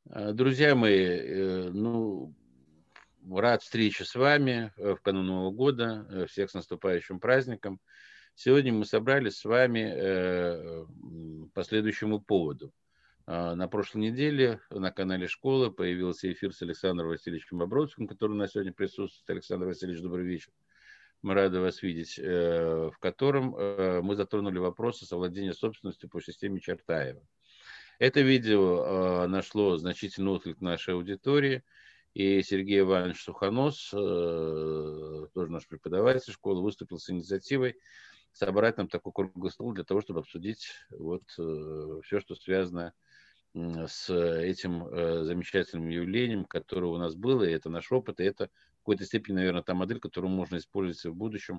Друзья мои, ну, рад встрече с вами в канун Нового года. Всех с наступающим праздником. Сегодня мы собрались с вами по следующему поводу. На прошлой неделе на канале «Школа» появился эфир с Александром Васильевичем Бобровским, который у нас сегодня присутствует. Александр Васильевич, добрый вечер. Мы рады вас видеть, в котором мы затронули вопросы совладения собственностью по системе Чертаева. Это видео нашло значительный отклик нашей аудитории, и Сергей Иванович Сухонос, тоже наш преподаватель школы, выступил с инициативой собрать нам такой круглый стол для того, чтобы обсудить вот все, что связано с этим замечательным явлением, которое у нас было, и это наш опыт, и это в какой-то степени, наверное, та модель, которую можно использовать в будущем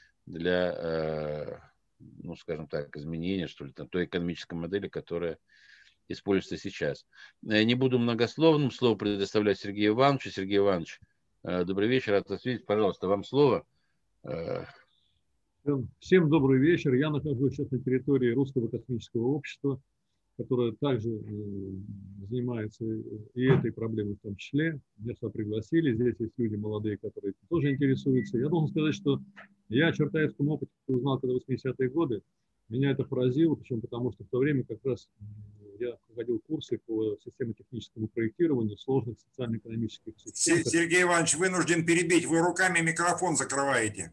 для, ну, скажем так, изменения, что ли, той экономической модели, которая используется сейчас. Не буду многословным, слово предоставлять Сергею Ивановичу. Сергей Иванович, добрый вечер, рад вас видеть. Пожалуйста, вам слово. Всем добрый вечер. Я нахожусь сейчас на территории Русского космического общества, которое также занимается и этой проблемой в том числе. Меня сюда пригласили. Здесь есть люди молодые, которые тоже интересуются. Я должен сказать, что я о Чертаевском опыте узнал когда в 80-е годы. Меня это поразило, причем потому, что в то время как раз я проходил курсы по системотехническому проектированию сложных социально-экономических систем. Сергей Иванович, вынужден перебить. Вы руками микрофон закрываете.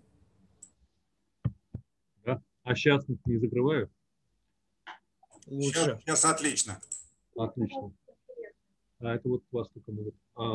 Да? А сейчас не закрываю? Лучше. Сейчас отлично. Отлично. А это вот вас только могут.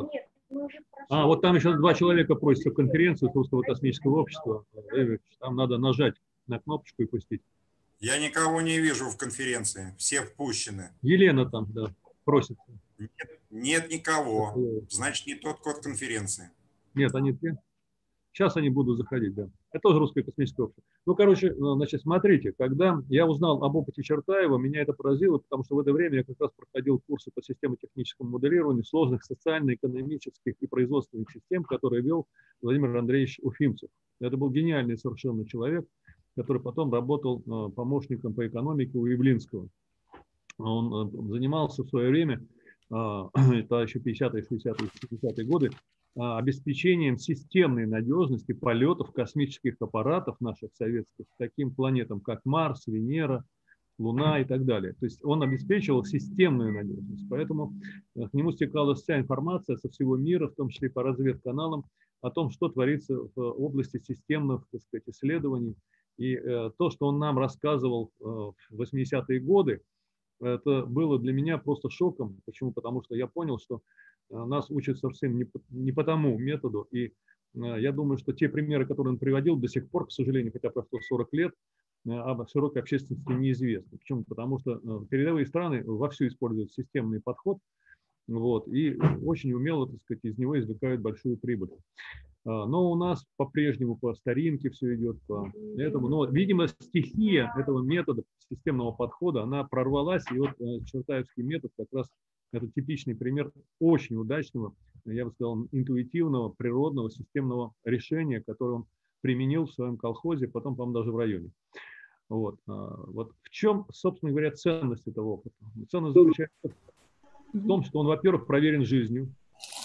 Вот там еще 2 человека просятся в конференцию с Русского космического общества. Там надо нажать на кнопочку и пустить. Я никого не вижу в конференции. Все впущены. Елена там, да, просит. Нет никого. Значит, не тот код конференции. Нет, они те. Сейчас они будут заходить, да. Это тоже Русское космическое общество. Ну, короче, значит, смотрите, когда я узнал об опыте Чертаева, меня это поразило, потому что в это время я как раз проходил курсы по системотехническому моделированию сложных социально-экономических и производственных систем, которые вел Владимир Андреевич Уфимцев. Это был гениальный совершенно человек, который потом работал помощником по экономике у Явлинского. Он занимался в свое время, это еще 50-е, 60-е, 70-е годы, обеспечением системной надежности полетов космических аппаратов наших советских к таким планетам, как Марс, Венера, Луна и так далее. То есть он обеспечивал системную надежность. Поэтому к нему стекалась вся информация со всего мира, в том числе по разведканалам, о том, что творится в области системных, так сказать, исследований. И то, что он нам рассказывал в 80-е годы, это было для меня просто шоком. Почему? Потому что я понял, что нас учат совсем не по тому методу. И я думаю, что те примеры, которые он приводил, до сих пор, к сожалению, хотя прошло 40 лет, об широкой общественности неизвестны. Почему? Потому что передовые страны вовсю используют системный подход, вот, и очень умело, так сказать, из него извлекают большую прибыль. Но у нас по-прежнему по старинке все идет по этому. Но, видимо, стихия этого метода, системного подхода, она прорвалась. И вот Чертаевский метод как раз это типичный пример очень удачного, я бы сказал, интуитивного, природного, системного решения, которое он применил в своем колхозе, потом, по-моему, даже в районе. Вот в чем, собственно говоря, ценность этого опыта? Ценность заключается в том, что он, во-первых, проверен жизнью.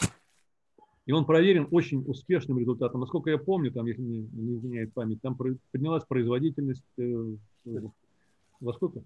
И он проверен очень успешным результатом. Насколько я помню, там, если не изменяет память, там поднялась производительность во сколько?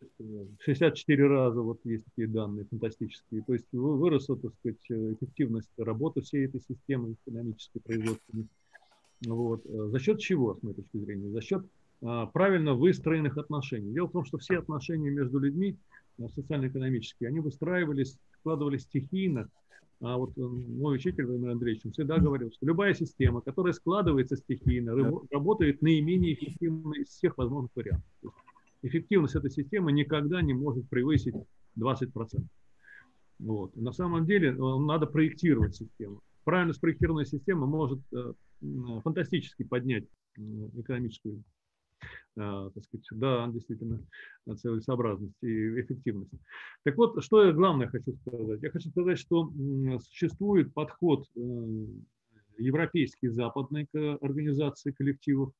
64 раза, вот есть такие данные фантастические. То есть выросла, так сказать, эффективность работы всей этой системы экономической, производственной. Вот. За счет чего, с моей точки зрения? За счет правильно выстроенных отношений. Дело в том, что все отношения между людьми, социально-экономические, они выстраивались, складывались стихийно. А вот мой учитель Владимир Андреевич всегда говорил, что любая система, которая складывается стихийно, работает наименее эффективно из всех возможных вариантов. Эффективность этой системы никогда не может превысить 20%. Вот. На самом деле надо проектировать систему. Правильно спроектированная система может фантастически поднять экономическую, так сказать, да, действительно, целесообразность и эффективность. Так вот, что я главное хочу сказать? Я хочу сказать, что существует подход европейский, западный к организации коллективов.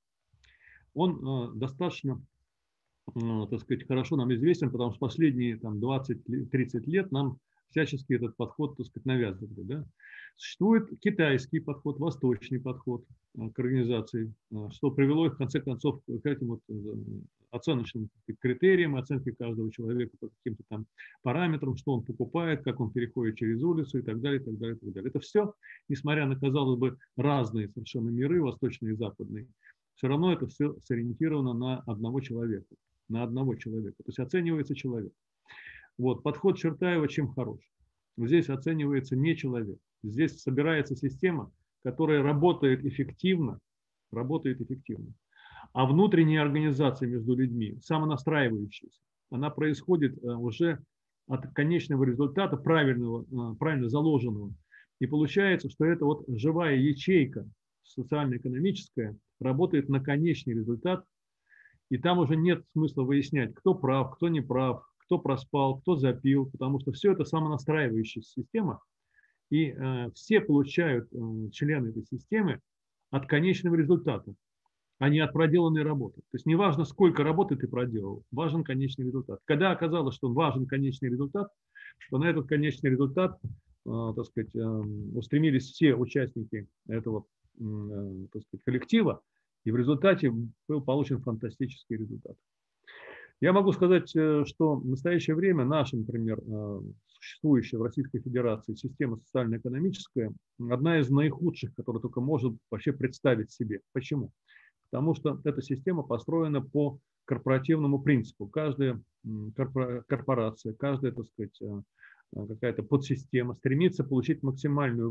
Он достаточно, так сказать, хорошо нам известен, потому что последние 20-30 лет нам всячески этот подход, так сказать, навязывали. Да? Существует китайский подход, восточный подход к организации, что привело их, в конце концов, к этим вот оценочным критериям, оценке каждого человека по каким-то там параметрам, что он покупает, как он переходит через улицу и так далее, и так далее, и так далее. Это все, несмотря на, казалось бы, разные совершенно миры, восточные и западные, все равно это все сориентировано на одного человека. На одного человека. То есть оценивается человек. Вот. Подход Чертаева чем хорош? Здесь оценивается не человек. Здесь собирается система, которая работает эффективно, а внутренняя организация между людьми, самонастраивающаяся, она происходит уже от конечного результата, правильно заложенного. И получается, что это вот живая ячейка социально-экономическая работает на конечный результат, и там уже нет смысла выяснять, кто прав, кто не прав, кто проспал, кто запил, потому что все это самонастраивающаяся система, и все получают, члены этой системы, от конечного результата, а не от проделанной работы. То есть неважно, сколько работы ты проделал, важен конечный результат. Когда оказалось, что важен конечный результат, что на этот конечный результат, так сказать, устремились все участники этого, так сказать, коллектива, и в результате был получен фантастический результат. Я могу сказать, что в настоящее время наша, например, существующая в Российской Федерации система социально-экономическая одна из наихудших, которую только может вообще представить себе. Почему? Потому что эта система построена по корпоративному принципу. Каждая корпорация, каждая, так сказать, какая-то подсистема стремится получить максимальную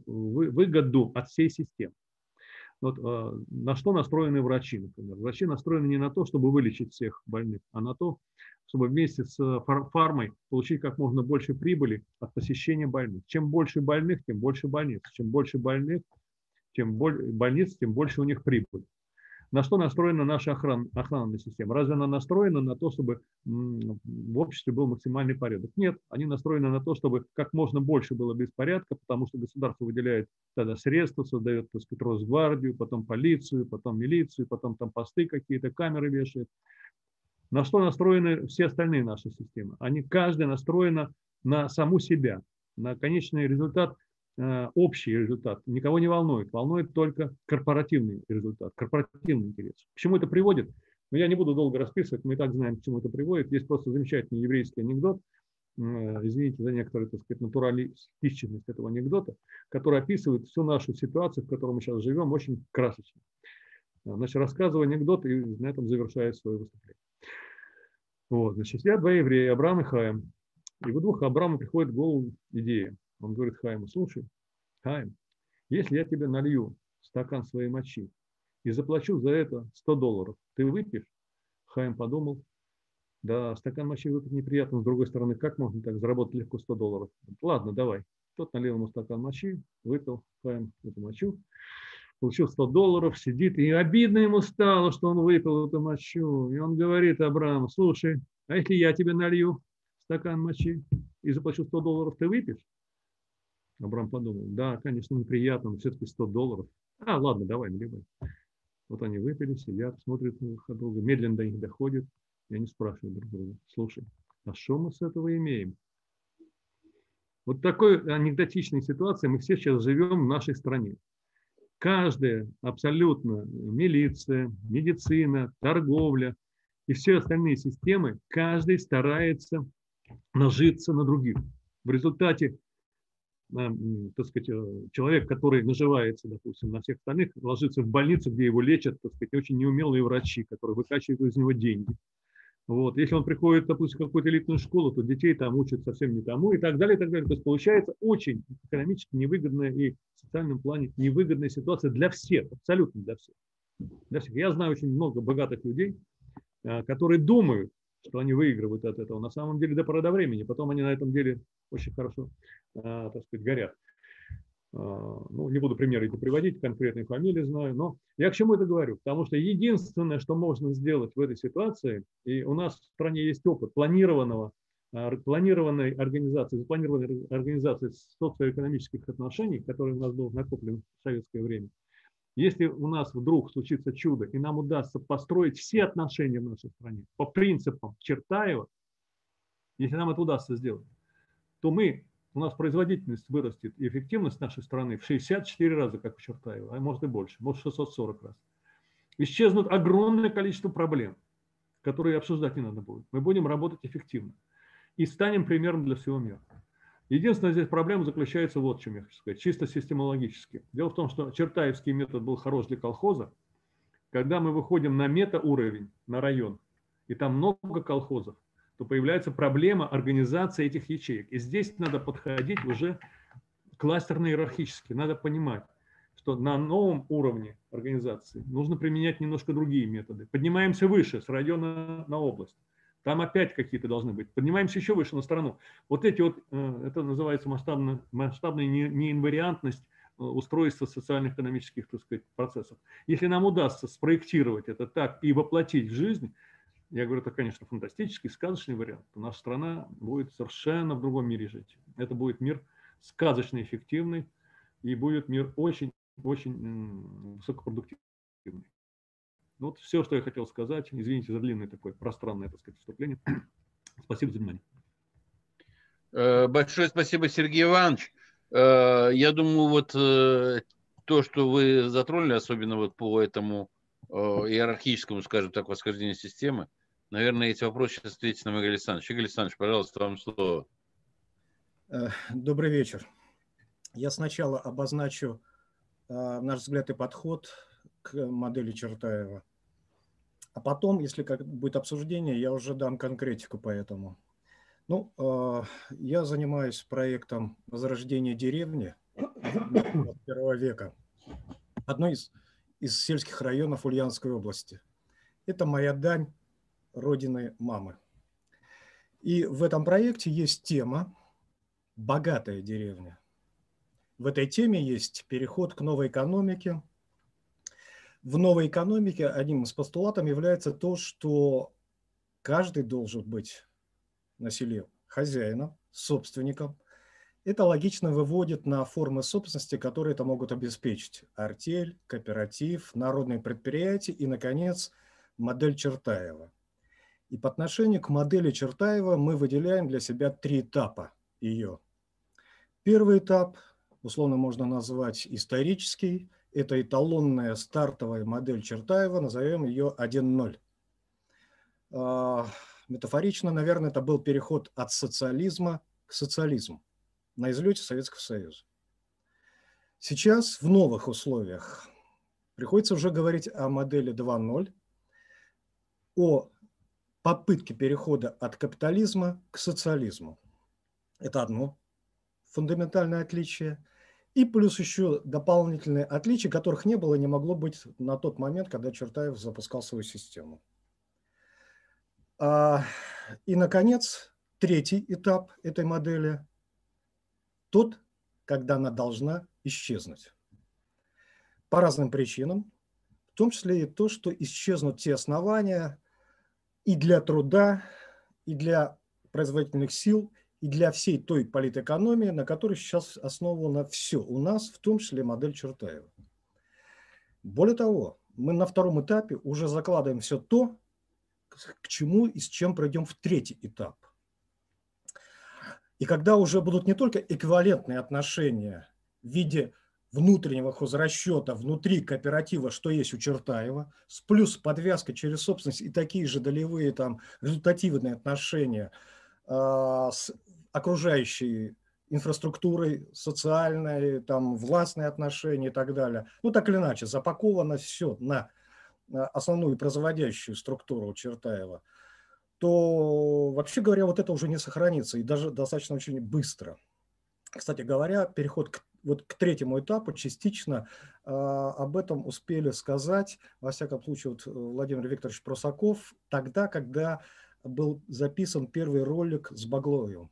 выгоду от всей системы. Вот, на что настроены врачи, например? Врачи настроены не на то, чтобы вылечить всех больных, а на то, чтобы вместе с фармой получить как можно больше прибыли от посещения больных. Чем больше больных, тем больше больниц. Чем больше больных, тем больниц, тем больше у них прибыль. На что настроена наша охранная система? Разве она настроена на то, чтобы в обществе был максимальный порядок? Нет, они настроены на то, чтобы как можно больше было беспорядка, потому что государство выделяет тогда средства, создает, так сказать, Росгвардию, потом полицию, потом милицию, потом там посты какие-то, камеры вешает. На что настроены все остальные наши системы? Они, каждая настроена на саму себя, на конечный результат, общий результат. Никого не волнует. Волнует только корпоративный результат, корпоративный интерес. К чему это приводит? Но я не буду долго расписывать, мы и так знаем, к чему это приводит. Есть просто замечательный еврейский анекдот, извините за некоторую, так сказать, натуралистичность этого анекдота, который описывает всю нашу ситуацию, в которой мы сейчас живем, очень красочно. Значит, рассказываю анекдот и на этом завершаю свое выступление. Вот, значит, сидят два еврея, Авраам и Хаим. И у двух Аврааму приходит в голову идея. Он говорит Хаиму: слушай, Хаим, если я тебе налью стакан своей мочи и заплачу за это $100, ты выпьешь? Хаим подумал: да, стакан мочи выпить неприятно, с другой стороны, как можно так заработать легко $100? Ладно, давай. Тот налил ему стакан мочи, выпил Хаим эту мочу, получил $100, сидит, и обидно ему стало, что он выпил эту мочу. И он говорит Аврааму: слушай, а если я тебе налью стакан мочи и заплачу $100, ты выпьешь? Авраам подумал: да, конечно, неприятно, но все-таки $100. Ладно, давай, наливай. Вот они выпили, сидят, смотрят друг на друга, медленно до них доходит, и они спрашивают друг друга: слушай, а что мы с этого имеем? Вот такой анекдотичной ситуации мы все сейчас живем в нашей стране. Каждая абсолютно милиция, медицина, торговля и все остальные системы, каждый старается нажиться на других. В результате, так сказать, человек, который наживается, допустим, на всех остальных, ложится в больницу, где его лечат, так сказать, очень неумелые врачи, которые выкачивают из него деньги. Вот. Если он приходит, допустим, в какую-то элитную школу, то детей там учат совсем не тому и так далее, и так далее. То есть получается очень экономически невыгодная и в социальном плане невыгодная ситуация для всех, абсолютно для всех. Для всех. Я знаю очень много богатых людей, которые думают, что они выигрывают от этого. На самом деле до поры до времени. Потом они на этом деле очень хорошо, так сказать, горят. Ну, не буду примеры эти приводить, конкретные фамилии знаю, но я к чему это говорю? Потому что единственное, что можно сделать в этой ситуации, и у нас в стране есть опыт планированной организации социоэкономических отношений, который у нас был накоплен в советское время. Если у нас вдруг случится чудо, и нам удастся построить все отношения в нашей стране по принципам Чертаева, если нам это удастся сделать, то мы у нас производительность вырастет и эффективность нашей страны в 64 раза, как у Чертаева, а может и больше, может 640 раз. Исчезнут огромное количество проблем, которые обсуждать не надо будет. Мы будем работать эффективно и станем примером для всего мира. Единственная здесь проблема заключается вот в чем я хочу сказать, чисто системологически. Дело в том, что чертаевский метод был хорош для колхоза, когда мы выходим на метауровень, на район, и там много колхозов, то появляется проблема организации этих ячеек. И здесь надо подходить уже кластерно-иерархически. Надо понимать, что на новом уровне организации нужно применять немножко другие методы. Поднимаемся выше, с района на область. Там опять какие-то должны быть. Поднимаемся еще выше на страну. Вот эти вот, это называется масштабная неинвариантность устройства социально-экономических, так сказать, процессов. Если нам удастся спроектировать это так и воплотить в жизнь, я говорю, это, конечно, фантастический, сказочный вариант, то наша страна будет совершенно в другом мире жить. Это будет мир сказочно эффективный и будет мир очень высокопродуктивный. Вот все, что я хотел сказать. Извините за длинное такое пространное, так сказать, вступление. Спасибо за внимание. Большое спасибо, Сергей Иванович. Я думаю, вот то, что вы затронули, особенно вот по этому иерархическому, скажем так, восхождению системы, наверное, эти вопросы сейчас ответит нам Игорь Александрович. Игорь Александрович, пожалуйста, вам слово. Добрый вечер. Я сначала обозначу наш взгляд и подход к модели Чертаева. А потом, если будет обсуждение, я уже дам конкретику по этому. Ну, я занимаюсь проектом возрождения деревни 21 века, одной из сельских районов Ульяновской области. Это моя дань родины мамы. И в этом проекте есть тема «Богатая деревня». В этой теме есть переход к новой экономике. В новой экономике одним из постулатов является то, что каждый должен быть на селе хозяином, собственником. Это логично выводит на формы собственности, которые это могут обеспечить. Артель, кооператив, народные предприятия и, наконец, модель Чертаева. И по отношению к модели Чертаева мы выделяем для себя 3 этапа ее. Первый этап, условно можно назвать исторический, это эталонная стартовая модель Чертаева, назовем ее 1.0. Метафорично, наверное, это был переход от социализма к социализму на излете Советского Союза. Сейчас в новых условиях приходится уже говорить о модели 2.0, о попытке перехода от капитализма к социализму. Это одно фундаментальное отличие. И плюс еще дополнительные отличия, которых не было и не могло быть на тот момент, когда Чертаев запускал свою систему. И, наконец, третий этап этой модели – тот, когда она должна исчезнуть. По разным причинам, в том числе и то, что исчезнут те основания и для труда, и для производительных сил, и для всей той политэкономии, на которой сейчас основано все у нас, в том числе модель Чертаева. Более того, мы на втором этапе уже закладываем все то, к чему и с чем пройдем в третий этап. И когда уже будут не только эквивалентные отношения в виде внутреннего хозрасчета внутри кооператива, что есть у Чертаева, с плюс подвязка через собственность и такие же долевые там результативные отношения с окружающей инфраструктурой, социальной, там, властные отношения и так далее. Ну, так или иначе, запаковано все на основную производящую структуру Чертаева, то, вообще говоря, вот это уже не сохранится, и даже достаточно очень быстро. Кстати говоря, переход к третьему этапу частично об этом успели сказать, во всяком случае, вот Владимир Викторович Прусаков, тогда, когда был записан первый ролик с Баглоевым.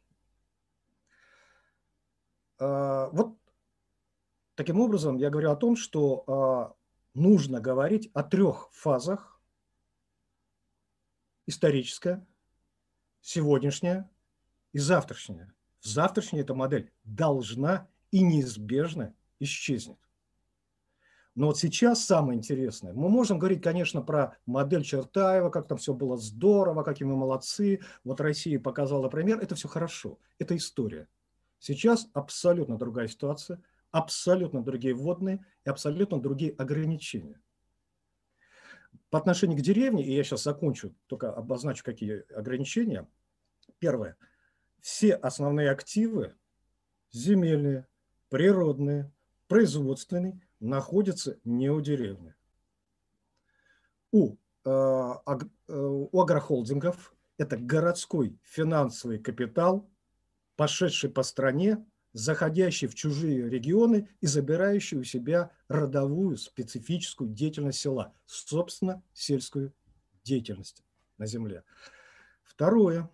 Вот таким образом я говорю о том, что нужно говорить о 3 фазах: историческая, сегодняшняя и завтрашняя. Завтрашняя эта модель должна и неизбежно исчезнет. Но вот сейчас самое интересное. Мы можем говорить, конечно, про модель Чертаева, как там все было здорово, какие мы молодцы. Вот Россия показала пример. Это все хорошо. Это история. Сейчас абсолютно другая ситуация, абсолютно другие вводные и абсолютно другие ограничения. По отношению к деревне, и я сейчас закончу, только обозначу, какие ограничения. Первое. Все основные активы, земельные, природные, производственные, находятся не у деревни. У агрохолдингов это городской финансовый капитал, пошедший по стране, заходящий в чужие регионы и забирающий у себя родовую специфическую деятельность села, собственно, сельскую деятельность на земле. Второе.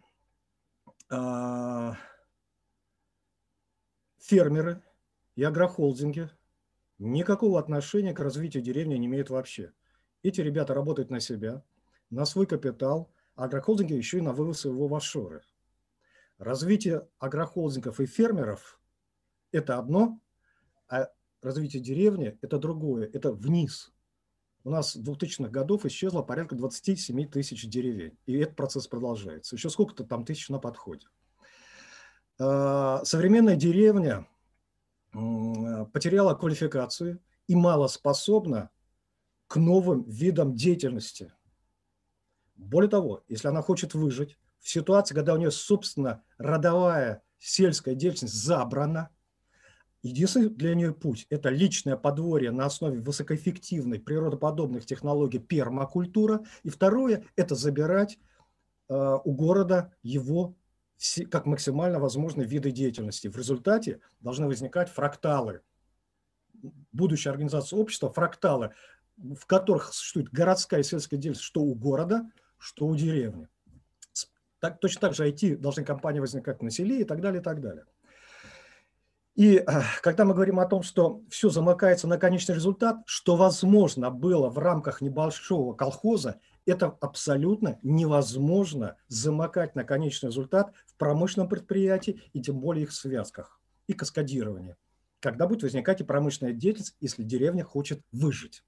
Фермеры и агрохолдинги никакого отношения к развитию деревни не имеют вообще. Эти ребята работают на себя, на свой капитал, а агрохолдинги еще и на вывоз его в офшоры. Развитие агрохолдингов и фермеров – это одно, а развитие деревни – это другое, это вниз. У нас с 2000-х годов исчезло порядка 27 тысяч деревень, и этот процесс продолжается. Еще сколько-то там тысяч на подходе. Современная деревня потеряла квалификацию и мало способна к новым видам деятельности. Более того, если она хочет выжить в ситуации, когда у нее, собственно, родовая сельская деятельность забрана, единственный для нее путь – это личное подворье на основе высокоэффективной природоподобных технологий пермакультура. И второе – это забирать у города его как максимально возможные виды деятельности. В результате должны возникать фракталы. Будущая организация общества – фракталы, в которых существует городская и сельская деятельность что у города, что у деревни. Точно так же IT должны компании возникать на селе и так далее, и так далее. И когда мы говорим о том, что все замыкается на конечный результат, что возможно было в рамках небольшого колхоза, это абсолютно невозможно замыкать на конечный результат в промышленном предприятии и тем более их связках и каскадировании. Когда будет возникать и промышленная деятельность, если деревня хочет выжить.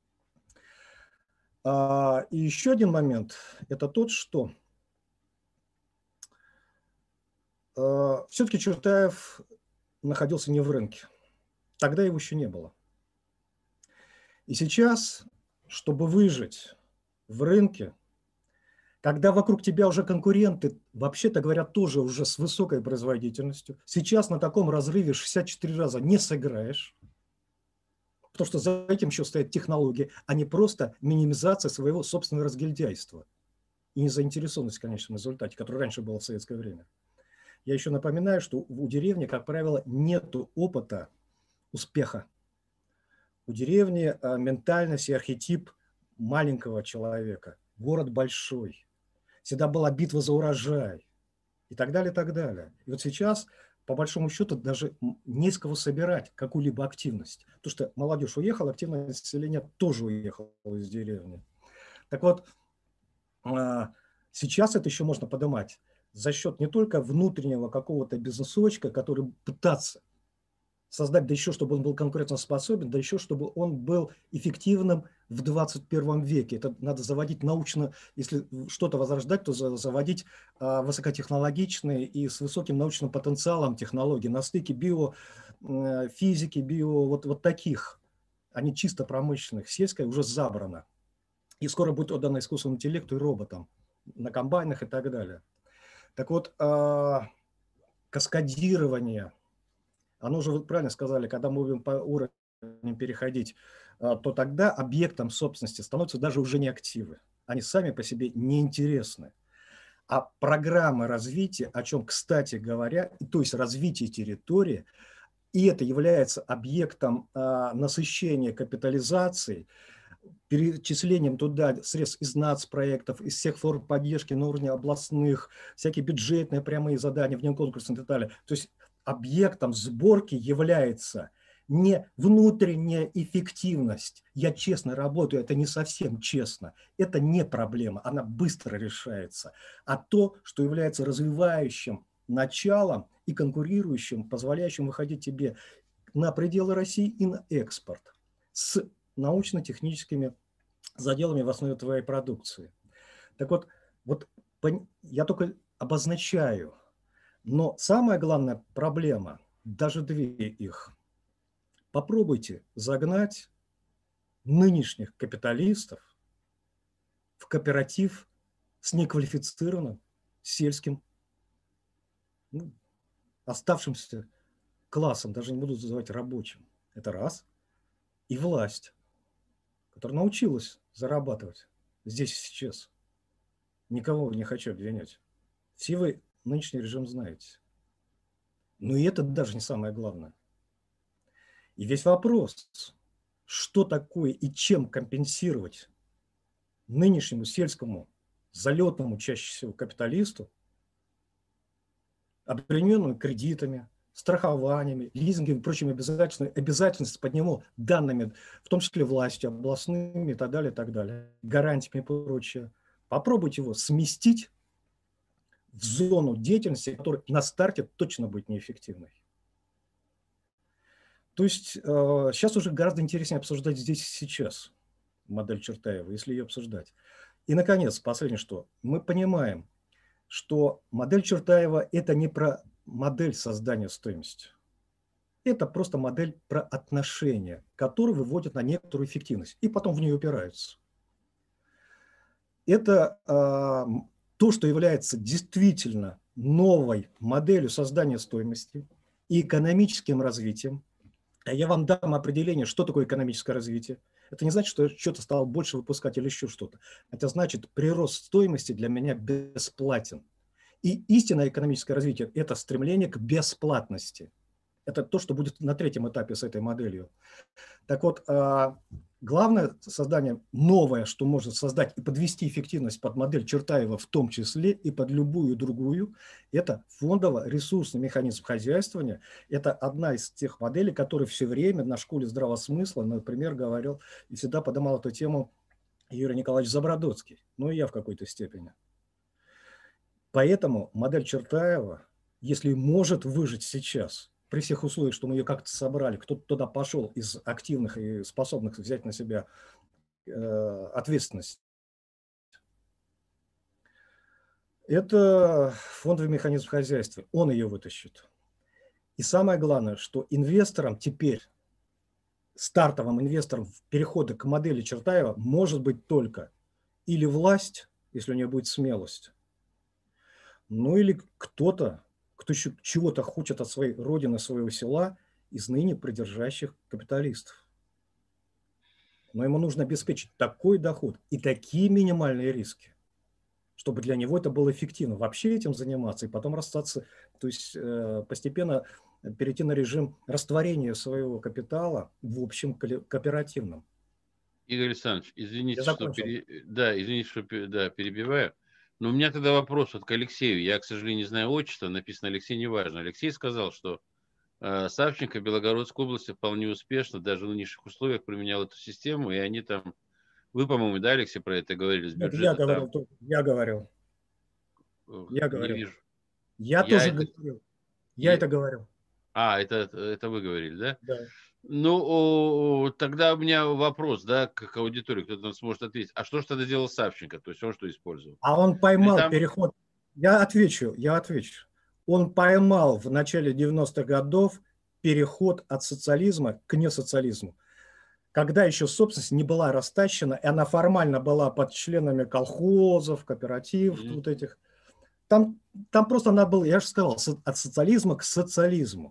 И еще один момент – это тот, что все-таки Чуртаев находился не в рынке. Тогда его еще не было. И сейчас, чтобы выжить в рынке, когда вокруг тебя уже конкуренты, вообще-то говоря, тоже уже с высокой производительностью, сейчас на таком разрыве 64 раза не сыграешь, потому что за этим еще стоят технологии, а не просто минимизация своего собственного разгильдяйства и незаинтересованность в конечном результате, которая раньше была в советское время. Я еще напоминаю, что у деревни, как правило, нет опыта успеха. У деревни ментальность и архетип маленького человека. Город большой. Всегда была битва за урожай. И так далее, и так далее. И вот сейчас, по большому счету, даже не с кого собирать какую-либо активность. Потому что молодежь уехала, активное население тоже уехало из деревни. Так вот, сейчас это еще можно поднимать за счет не только внутреннего какого-то бизнесочка, который пытаться создать, да еще чтобы он был конкурентоспособен, да еще чтобы он был эффективным в 21 веке. Это надо заводить научно, если что-то возрождать, то заводить высокотехнологичные и с высоким научным потенциалом технологии на стыке биофизики, вот таких, а не чисто промышленных. Сельская уже забрана. И скоро будет отдано искусственному интеллекту и роботам на комбайнах и так далее. Так вот, каскадирование, оно же, вы правильно сказали, когда мы будем по уровням переходить, то тогда объектом собственности становятся даже уже не активы. Они сами по себе неинтересны. А программы развития, о чем, кстати говоря, то есть развитие территории, и это является объектом насыщения капитализации, перечислением туда средств из нацпроектов, из всех форм поддержки на уровне областных, всякие бюджетные прямые задания, внеконкурсные и так далее. То есть объектом сборки является не внутренняя эффективность. Я честно работаю, это не совсем честно. Это не проблема, она быстро решается. А то, что является развивающим началом и конкурирующим, позволяющим выходить тебе на пределы России и на экспорт с научно-техническими заделами в основе твоей продукции. Так вот я только обозначаю, Но самая главная проблема, даже две их, попробуйте загнать нынешних капиталистов в кооператив с неквалифицированным сельским, ну, оставшимся классом, даже не буду называть рабочим. Это раз. И власть, которая научилась зарабатывать здесь и сейчас. Никого не хочу обвинять. Все вы нынешний режим знаете. Но и это даже не самое главное. И весь вопрос, что такое и чем компенсировать нынешнему сельскому, залетному чаще всего капиталисту, обремененному кредитами, страхованиями, лизингами и прочими обязательствами под него данными, в том числе властью, областными и так далее, гарантиями и прочее. Попробуйте его сместить в зону деятельности, которая на старте точно будет неэффективной. То есть сейчас уже гораздо интереснее обсуждать здесь и сейчас модель Чертаева, если ее обсуждать. И, наконец, последнее, что мы понимаем, что модель Чертаева – это не про модель создания стоимости. Это просто модель про отношения, которые выводят на некоторую эффективность и потом в нее упираются. Это то, что является действительно новой моделью создания стоимости и экономическим развитием. А я вам дам определение, что такое экономическое развитие. Это не значит, что я что-то стал больше выпускать или еще что-то. Это значит, прирост стоимости для меня бесплатен. И истинное экономическое развитие – это стремление к бесплатности. Это то, что будет на третьем этапе с этой моделью. Так вот, главное создание новое, что может создать и подвести эффективность под модель Чертаева в том числе и под любую другую, это фондово-ресурсный механизм хозяйствования. Это одна из тех моделей, которые все время на школе здравого смысла, например, говорил и всегда поднимал эту тему Юрий Николаевич Забродоцкий, ну и я в какой-то степени. Поэтому модель Чертаева, если может выжить сейчас, при всех условиях, что мы ее как-то собрали, кто-то туда пошел из активных и способных взять на себя ответственность, это фондовый механизм хозяйства. Он ее вытащит. И самое главное, что инвесторам теперь, стартовым инвесторам перехода к модели Чертаева может быть только или власть, если у нее будет смелость, ну или кто-то, кто еще чего-то хочет от своей родины, своего села, из ныне придержащих капиталистов. Но ему нужно обеспечить такой доход и такие минимальные риски, чтобы для него это было эффективно. Вообще этим заниматься и потом расстаться, то есть постепенно перейти на режим растворения своего капитала в общем кооперативном. Игорь Александрович, извините, что, перебиваю. Но у меня тогда вопрос вот к Алексею. Я, к сожалению, не знаю отчества, написано Алексей, неважно. Алексей сказал, что Савченко в Белгородской области вполне успешно, даже в нынешних условиях, применял эту систему, и они там... Вы, по-моему, да, Алексей, про это говорили, с бюджета там... Я говорил. Не вижу. Я тоже говорил. Я это говорил. Это вы говорили, да? Да. Ну, тогда у меня вопрос, да, к аудитории, кто-то сможет ответить. А что же тогда делал Савченко? То есть он что использовал? А он поймал переход. Я отвечу. Он поймал в начале 90-х годов переход от социализма к несоциализму. Когда еще собственность не была растащена, и она формально была под членами колхозов, кооперативов, вот этих. Там просто она была, я же сказал, от социализма к социализму.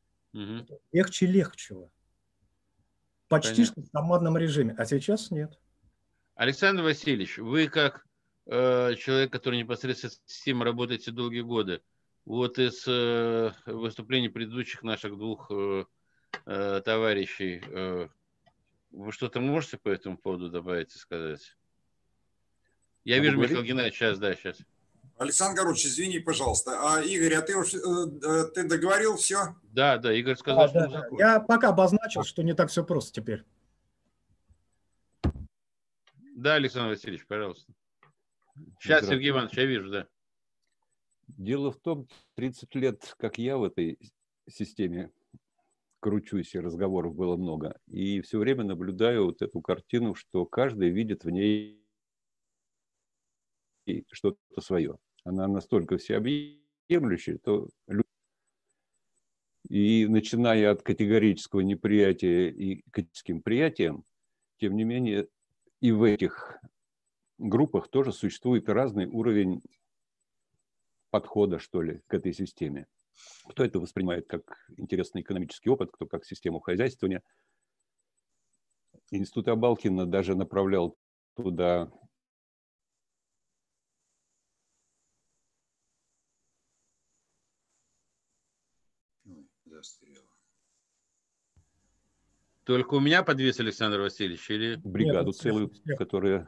Легче. Почти что в командном режиме, а сейчас нет. Александр Васильевич, вы как человек, который непосредственно с системой работаете долгие годы, вот из выступлений предыдущих наших двух товарищей, вы что-то можете по этому поводу добавить и сказать? Я вижу, Михаил Геннадьевич, сейчас. Александр Горович, извини, пожалуйста. А Игорь, а ты договорил все? Да, Игорь сказал, что... Да. Я пока обозначил, что не так все просто теперь. Да, Александр Васильевич, пожалуйста. Сейчас, Сергей Иванович, я вижу, да. Дело в том, 30 лет, как я в этой системе кручусь, и разговоров было много, и все время наблюдаю вот эту картину, что каждый видит в ней что-то свое. Она настолько всеобъемлющая, всеобъемлющее, то и начиная от категорического неприятия и категорическим приятием, тем не менее и в этих группах тоже существует разный уровень подхода, что ли, к этой системе. Кто это воспринимает как интересный экономический опыт, кто как систему хозяйствования. Институт Абалкина даже направлял туда Только у меня подвис, Александр Васильевич, или... бригаду целую, которая...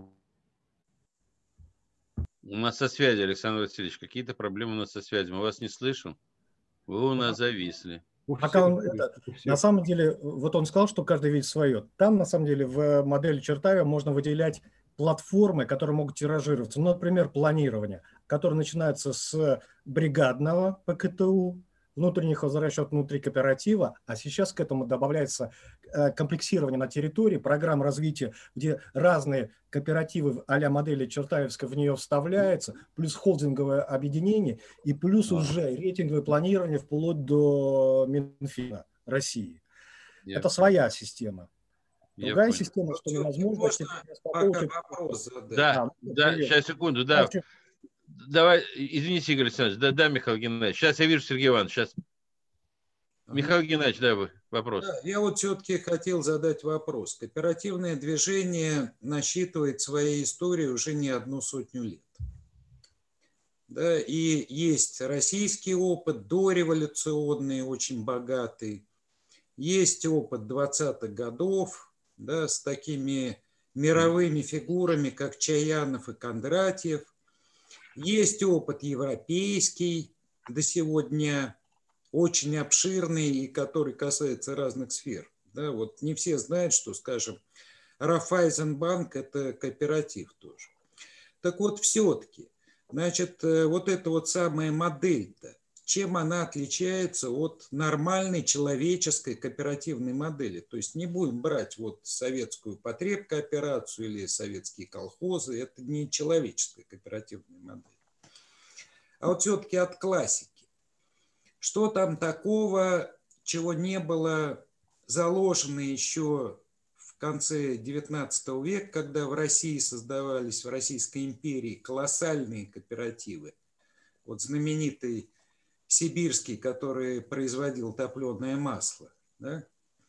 У нас со связью, Александр Васильевич, какие-то проблемы у нас со связью. Мы вас не слышим. Вы у нас зависли. Пока он, на самом деле, вот он сказал, что каждый видит свое. Там, на самом деле, в модели Чертаева можно выделять платформы, которые могут тиражироваться. Ну, например, планирование, которое начинается с бригадного ПКТУ, внутренних возвращенных внутри кооператива, а сейчас к этому добавляется комплексирование на территории, программа развития, где разные кооперативы а-ля модели Чертаевской в нее вставляются, плюс холдинговое объединение и плюс уже рейтинговое планирование вплоть до Минфина России. Это своя система. Другая система, что невозможно... вопрос задать. Да, сейчас, секунду, да. Давай, извините, Игорь Александрович, да, Михаил Геннадьевич. Сейчас я вижу Сергей Иванович, сейчас. Михаил Геннадьевич, да, вы, вопрос. Да, я вот все-таки хотел задать вопрос. Кооперативное движение насчитывает своей истории уже не 100 лет. Да, и есть российский опыт, дореволюционный, очень богатый. Есть опыт 20-х годов, да, с такими мировыми фигурами, как Чаянов и Кондратьев. Есть опыт европейский до сегодня, очень обширный, и который касается разных сфер. Да, вот не все знают, что, скажем, Райффайзенбанк – это кооператив тоже. Так вот, все-таки, значит, вот эта вот самая модель-то, чем она отличается от нормальной человеческой кооперативной модели? То есть не будем брать вот советскую потребкооперацию или советские колхозы, это не человеческая кооперативная модель. А вот все-таки от классики. Что там такого, чего не было заложено еще в конце XIX века, когда в России создавались, в Российской империи, колоссальные кооперативы? Вот знаменитый сибирский, который производил топленое масло, да?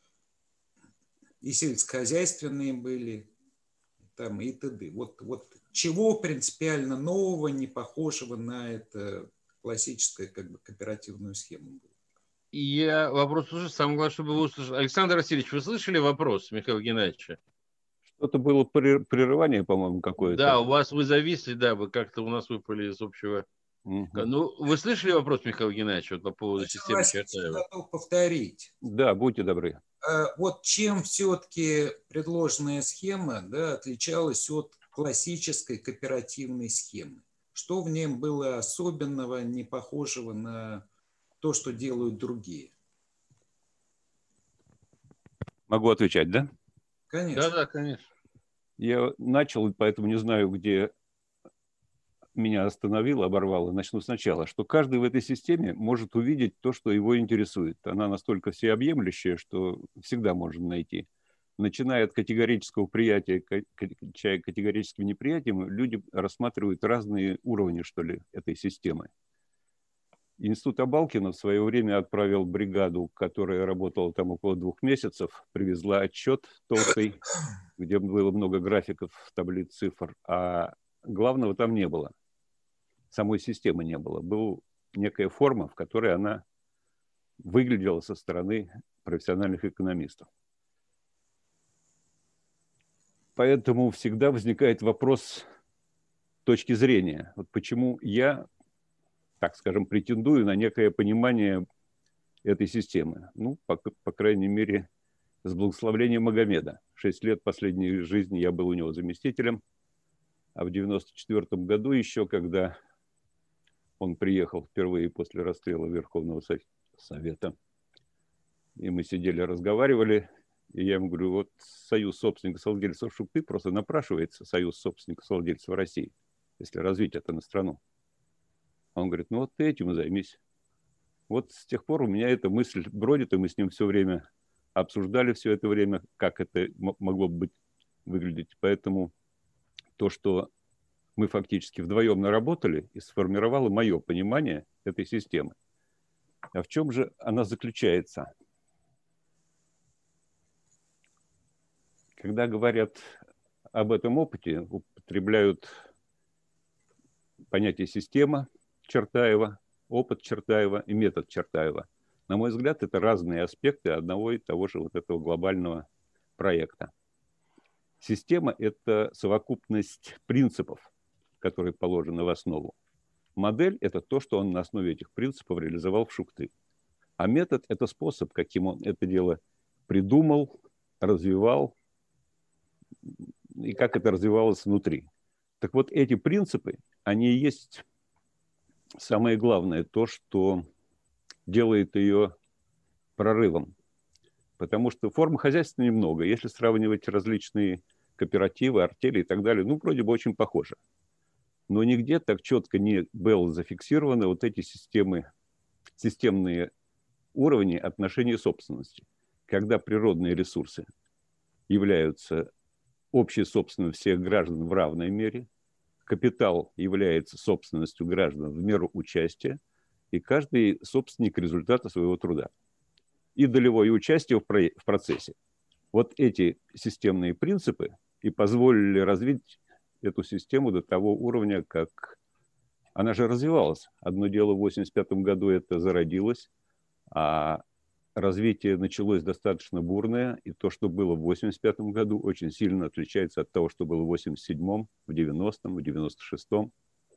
И сельскохозяйственные были, там и т.д. Вот чего принципиально нового, не похожего на это классическую как бы кооперативную схему было? Я вопрос услышал, самое главное, чтобы вы услышали. Александр Васильевич, вы слышали вопрос Михаила Геннадьевича? Что-то было прерывание, по-моему, какое-то. Да, у вас вы зависли, да, вы как-то у нас выпали из общего... Ну, вы слышали вопрос Михаила Геннадьевича вот по поводу системы Чертаева? Я готов повторить. Да, будьте добры. Вот чем все-таки предложенная схема, да, отличалась от классической кооперативной схемы? Что в нем было особенного, не похожего на то, что делают другие? Могу отвечать, да? Конечно. Да, конечно. Я начал, поэтому не знаю, где меня остановило, оборвало. Начну сначала. Что каждый в этой системе может увидеть то, что его интересует. Она настолько всеобъемлющая, что всегда можно найти. Начиная от категорического приятия к категорическим неприятием, люди рассматривают разные уровни, что ли, этой системы. Институт Абалкина в свое время отправил бригаду, которая работала там около 2 месяцев, привезла отчет толстый, где было много графиков, таблиц цифр, а главного там не было. Самой системы не было. Была некая форма, в которой она выглядела со стороны профессиональных экономистов. Поэтому всегда возникает вопрос точки зрения. Вот почему я, так скажем, претендую на некое понимание этой системы. Ну, по крайней мере, с благословлением Магомеда. 6 лет последней жизни я был у него заместителем. А в 1994 году еще, когда он приехал впервые после расстрела Верховного Совета, и мы сидели, разговаривали, и я ему говорю, вот союз собственников совладельцев Шукты просто напрашивается, союз собственников совладельцев России, если развить это на страну. Он говорит, ну вот ты этим и займись. Вот с тех пор у меня эта мысль бродит, и мы с ним все время обсуждали все это время, как это могло бы выглядеть. Поэтому то, что мы фактически вдвоем наработали, и сформировало мое понимание этой системы. А в чем же она заключается? Когда говорят об этом опыте, употребляют понятие система Чертаева, опыт Чертаева и метод Чертаева. На мой взгляд, это разные аспекты одного и того же вот этого глобального проекта. Система – это совокупность принципов, которые положены в основу. Модель – это то, что он на основе этих принципов реализовал в Шукты. А метод – это способ, каким он это дело придумал, развивал, и как это развивалось внутри. Так вот, эти принципы, они и есть самое главное, то, что делает ее прорывом. Потому что форм хозяйства немного. Если сравнивать различные кооперативы, артели и так далее, ну, вроде бы очень похоже. Но нигде так четко не было зафиксировано вот эти системные уровни отношений собственности. Когда природные ресурсы являются общей собственностью всех граждан в равной мере, капитал является собственностью граждан в меру участия, и каждый собственник результата своего труда. И долевое участие в процессе. Вот эти системные принципы и позволили развить эту систему до того уровня, как она же развивалась. Одно дело в 1985 году это зародилось, а развитие началось достаточно бурное, и то, что было в 1985 году, очень сильно отличается от того, что было в 1987, в 90-м, в 96-м.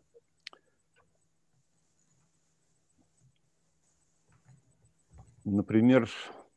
Например,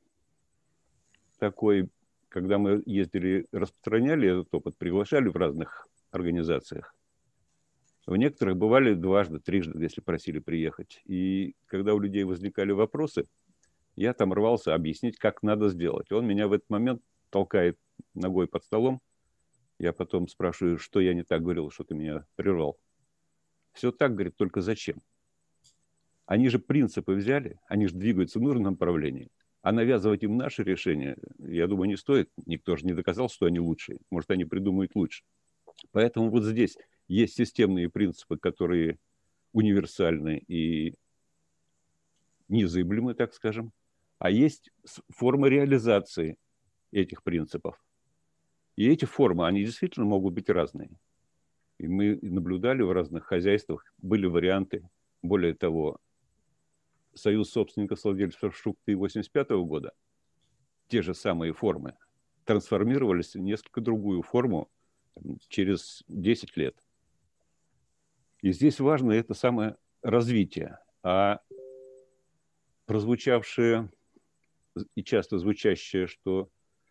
такой, когда мы ездили, распространяли этот опыт, приглашали в разных организациях. В некоторых бывали дважды, трижды, если просили приехать. И когда у людей возникали вопросы, я там рвался объяснить, как надо сделать. Он меня в этот момент толкает ногой под столом. Я потом спрашиваю, что я не так говорил, что ты меня прервал. Все так, говорит, только зачем? Они же принципы взяли, они же двигаются в нужном направлении. А навязывать им наши решения, я думаю, не стоит. Никто же не доказал, что они лучшие. Может, они придумают лучше. Поэтому вот здесь есть системные принципы, которые универсальны и незыблемы, так скажем. А есть формы реализации этих принципов. И эти формы, они действительно могут быть разные. И мы наблюдали в разных хозяйствах, были варианты. Более того, Союз собственников владельцев Шукты 1985 года, те же самые формы, трансформировались в несколько другую форму через 10 лет. И здесь важно это самое развитие. А прозвучавшее и часто звучащее, что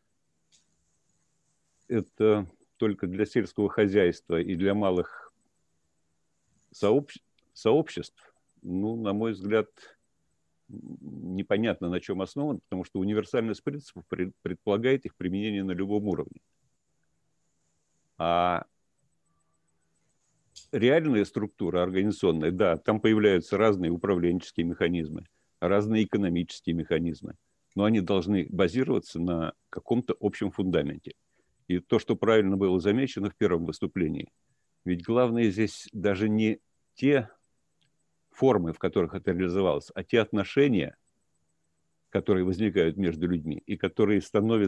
это только для сельского хозяйства и для малых сообществ, ну, на мой взгляд, непонятно, на чем основан, потому что универсальность принципов предполагает их применение на любом уровне. А реальная структура организационная, да, там появляются разные управленческие механизмы, разные экономические механизмы, но они должны базироваться на каком-то общем фундаменте. И то, что правильно было замечено в первом выступлении, ведь главное здесь даже не те формы, в которых это реализовалось, а те отношения, которые возникают между людьми и которые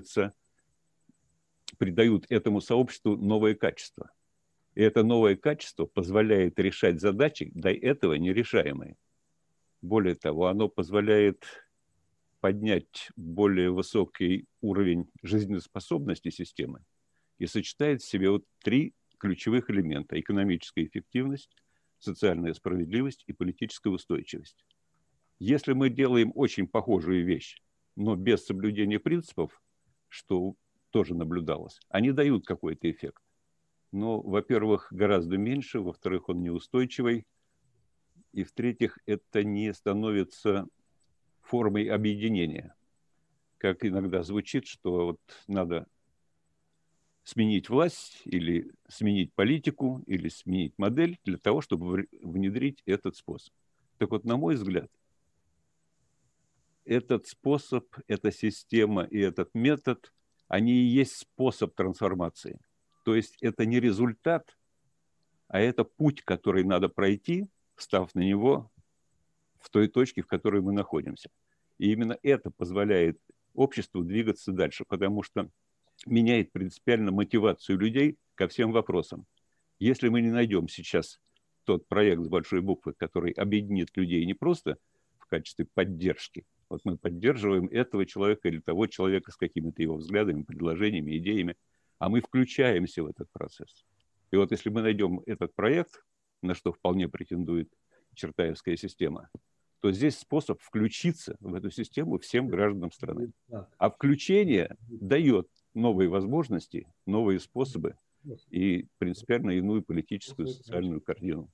придают этому сообществу новое качество. И это новое качество позволяет решать задачи, до этого нерешаемые. Более того, оно позволяет поднять более высокий уровень жизнеспособности системы и сочетает в себе вот 3 ключевых элемента: экономическая эффективность, социальная справедливость и политическая устойчивость. Если мы делаем очень похожую вещь, но без соблюдения принципов, что тоже наблюдалось, они дают какой-то эффект. Но, во-первых, гораздо меньше, во-вторых, он неустойчивый, и, в-третьих, это не становится формой объединения. Как иногда звучит, что вот надо сменить власть или сменить политику или сменить модель для того, чтобы внедрить этот способ. Так вот, на мой взгляд, этот способ, эта система и этот метод, они и есть способ трансформации. То есть это не результат, а это путь, который надо пройти, встав на него в той точке, в которой мы находимся. И именно это позволяет обществу двигаться дальше, потому что меняет принципиально мотивацию людей ко всем вопросам. Если мы не найдем сейчас тот проект с большой буквы, который объединит людей не просто в качестве поддержки, вот мы поддерживаем этого человека или того человека с какими-то его взглядами, предложениями, идеями, а мы включаемся в этот процесс. И вот если мы найдем этот проект, на что вполне претендует Чертаевская система, то здесь способ включиться в эту систему всем гражданам страны. А включение дает новые возможности, новые способы и принципиально иную политическую, социальную картину.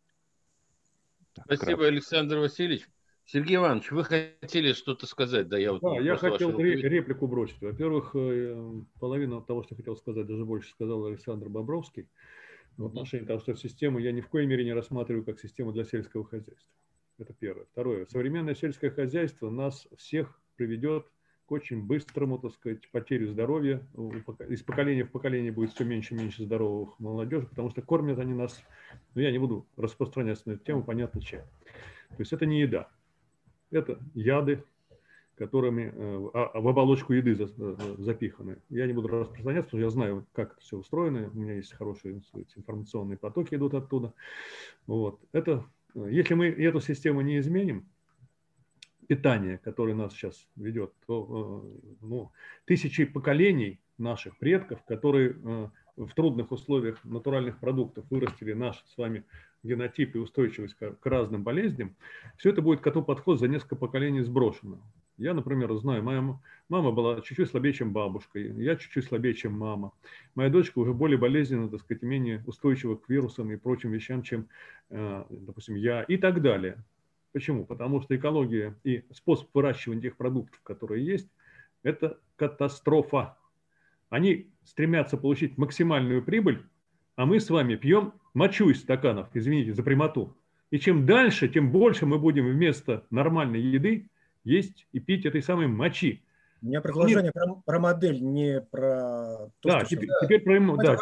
Спасибо, Александр Васильевич. Сергей Иванович, вы хотели что-то сказать? Да, я хотел реплику бросить. Во-первых, половину того, что хотел сказать, даже больше сказал Александр Бобровский. В отношении того, что систему я ни в коей мере не рассматриваю как систему для сельского хозяйства. Это первое. Второе. Современное сельское хозяйство нас всех приведет к очень быстрому, так сказать, потере здоровья. Из поколения в поколение будет все меньше и меньше здоровых молодежи, потому что кормят они нас, но я не буду распространяться на эту тему, понятно чем. То есть это не еда. Это яды, которыми в оболочку еды запиханы. Я не буду распространяться, потому что я знаю, как это все устроено. У меня есть хорошие информационные потоки, идут оттуда. Вот. Если мы эту систему не изменим, питание, которое нас сейчас ведет, то тысячи поколений наших предков, которые в трудных условиях натуральных продуктов вырастили наш с вами генотип и устойчивость к разным болезням, все это будет коту под хвост за несколько поколений сброшено. Я, например, знаю, моя мама была чуть-чуть слабее, чем бабушка, я чуть-чуть слабее, чем мама. Моя дочка уже более болезненна, так сказать, менее устойчива к вирусам и прочим вещам, чем, допустим, я и так далее. Почему? Потому что экология и способ выращивания тех продуктов, которые есть, это катастрофа. Они стремятся получить максимальную прибыль, а мы с вами пьем мочу из стаканов, извините за прямоту. И чем дальше, тем больше мы будем вместо нормальной еды есть и пить этой самой мочи. У меня предложение про модель, не про... Да, теперь про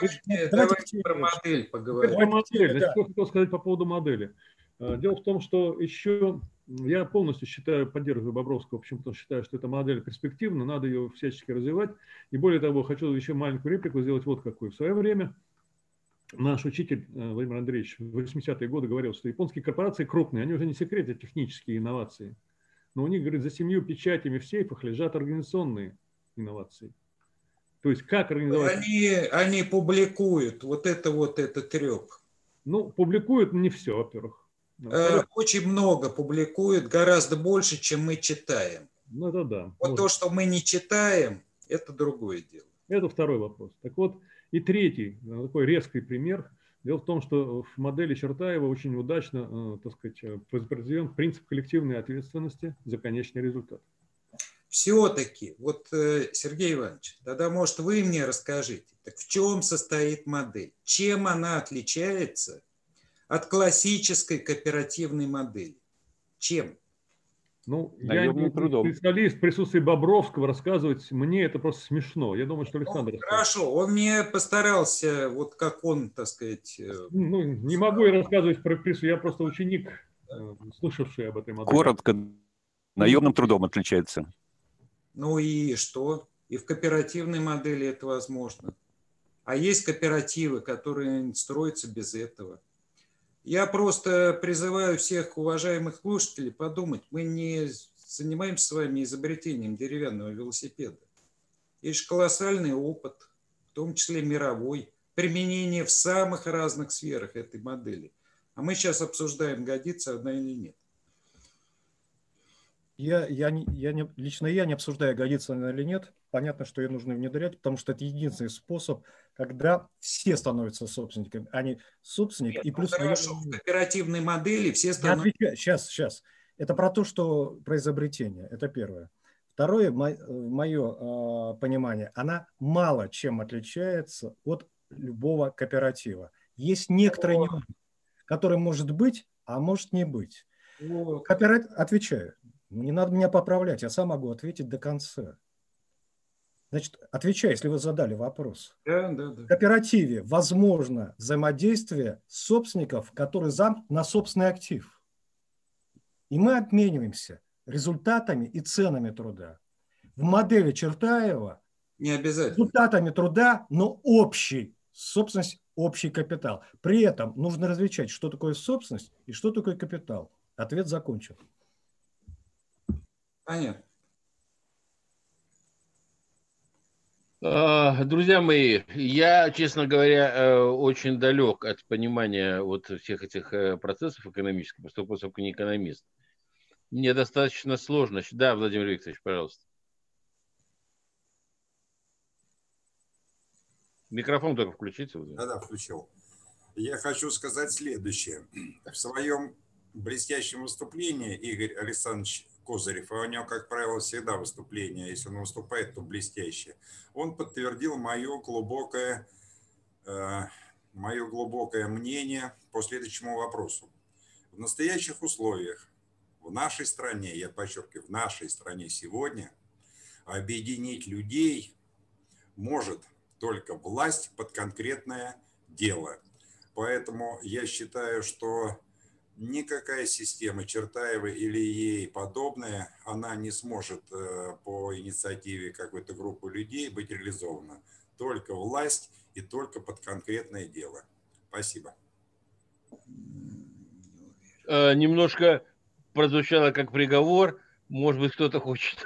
модель поговорим. Про модель. Что я хотел сказать по поводу модели. Дело в том, что еще я полностью поддерживаю Бобровского, почему-то считаю, что эта модель перспективна, надо ее всячески развивать. И более того, хочу еще маленькую реплику сделать вот какую. В свое время наш учитель Владимир Андреевич в 80-е годы говорил, что японские корпорации крупные, они уже не секретят технические инновации. Но у них, говорит, за 7 печатями в сейфах лежат организационные инновации. То есть как организовать... Они публикуют вот это треп. Ну, публикуют не все, во-первых. Очень много публикуют, гораздо больше, чем мы читаем. Ну, это да. Вот может. То, что мы не читаем, это другое дело. Это второй вопрос. Так вот, и третий, такой резкий пример. Дело в том, что в модели Чертаева очень удачно, так сказать, воспроизведен принцип коллективной ответственности за конечный результат. Все-таки, вот, Сергей Иванович, тогда, может, вы мне расскажите, так в чем состоит модель? Чем она отличается от классической кооперативной модели? Чем? Ну, я не специалист в присутствии Бобровского, рассказывать мне это просто смешно. Я думаю, что Александр... Хорошо, он мне постарался, вот как он, так сказать... Ну, не могу я рассказывать про присутствие, я просто ученик, слышавший об этой модели. Коротко, наемным трудом отличается. Ну и что? И в кооперативной модели это возможно. А есть кооперативы, которые строятся без этого. Я просто призываю всех уважаемых слушателей подумать, мы не занимаемся с вами изобретением деревянного велосипеда. Есть же колоссальный опыт, в том числе мировой, применение в самых разных сферах этой модели. А мы сейчас обсуждаем, годится она или нет. Лично я не обсуждаю, годится она или нет. Понятно, что ее нужно внедрять, потому что это единственный способ, когда все становятся собственниками, а не собственник. Нет, и плюс... хорошо, в кооперативной модели все становятся... Сейчас. Это про то, что про изобретение. Это первое. Второе, мое понимание, она мало чем отличается от любого кооператива. Есть некоторые нюансы, которые может быть, а может не быть. Отвечаю. Не надо меня поправлять, я сам могу ответить до конца. Значит, отвечаю, если вы задали вопрос. Да. В кооперативе возможно взаимодействие собственников, которые замкнуты на собственный актив. И мы обмениваемся результатами и ценами труда. В модели Чертаева не обязательно результатами труда, но общий собственность, общий капитал. При этом нужно различать, что такое собственность и что такое капитал. Ответ закончен. Понятно. Друзья мои, я, честно говоря, очень далек от понимания вот всех этих процессов экономических, поскольку не экономист. Мне достаточно сложно. Да, Владимир Викторович, пожалуйста. Микрофон только включите. Да, включил. Я хочу сказать следующее. В своем блестящем выступлении Игорь Александрович Козырев, а у него, как правило, всегда выступление, если он выступает, то блестящее, он подтвердил мое глубокое мнение по следующему вопросу. В настоящих условиях, в нашей стране, я подчеркиваю, в нашей стране сегодня объединить людей может только власть под конкретное дело. Поэтому я считаю, что никакая система Чертаева или ей подобная, она не сможет по инициативе какой-то группы людей быть реализована. Только власть и только под конкретное дело. Спасибо. Немножко прозвучало как приговор. Может быть, кто-то хочет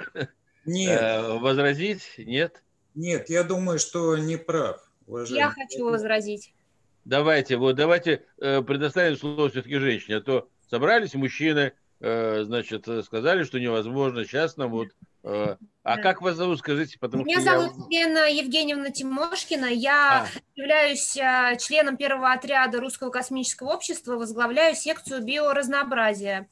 возразить? Нет? Нет, я думаю, что не прав. Я хочу возразить. Давайте предоставим слово все-таки женщине, а то собрались мужчины, значит, сказали, что невозможно. Сейчас нам вот... как вас зовут, скажите, потому Меня зовут Елена Евгеньевна Тимошкина. Я являюсь членом первого отряда Русского космического общества, возглавляю секцию биоразнообразия.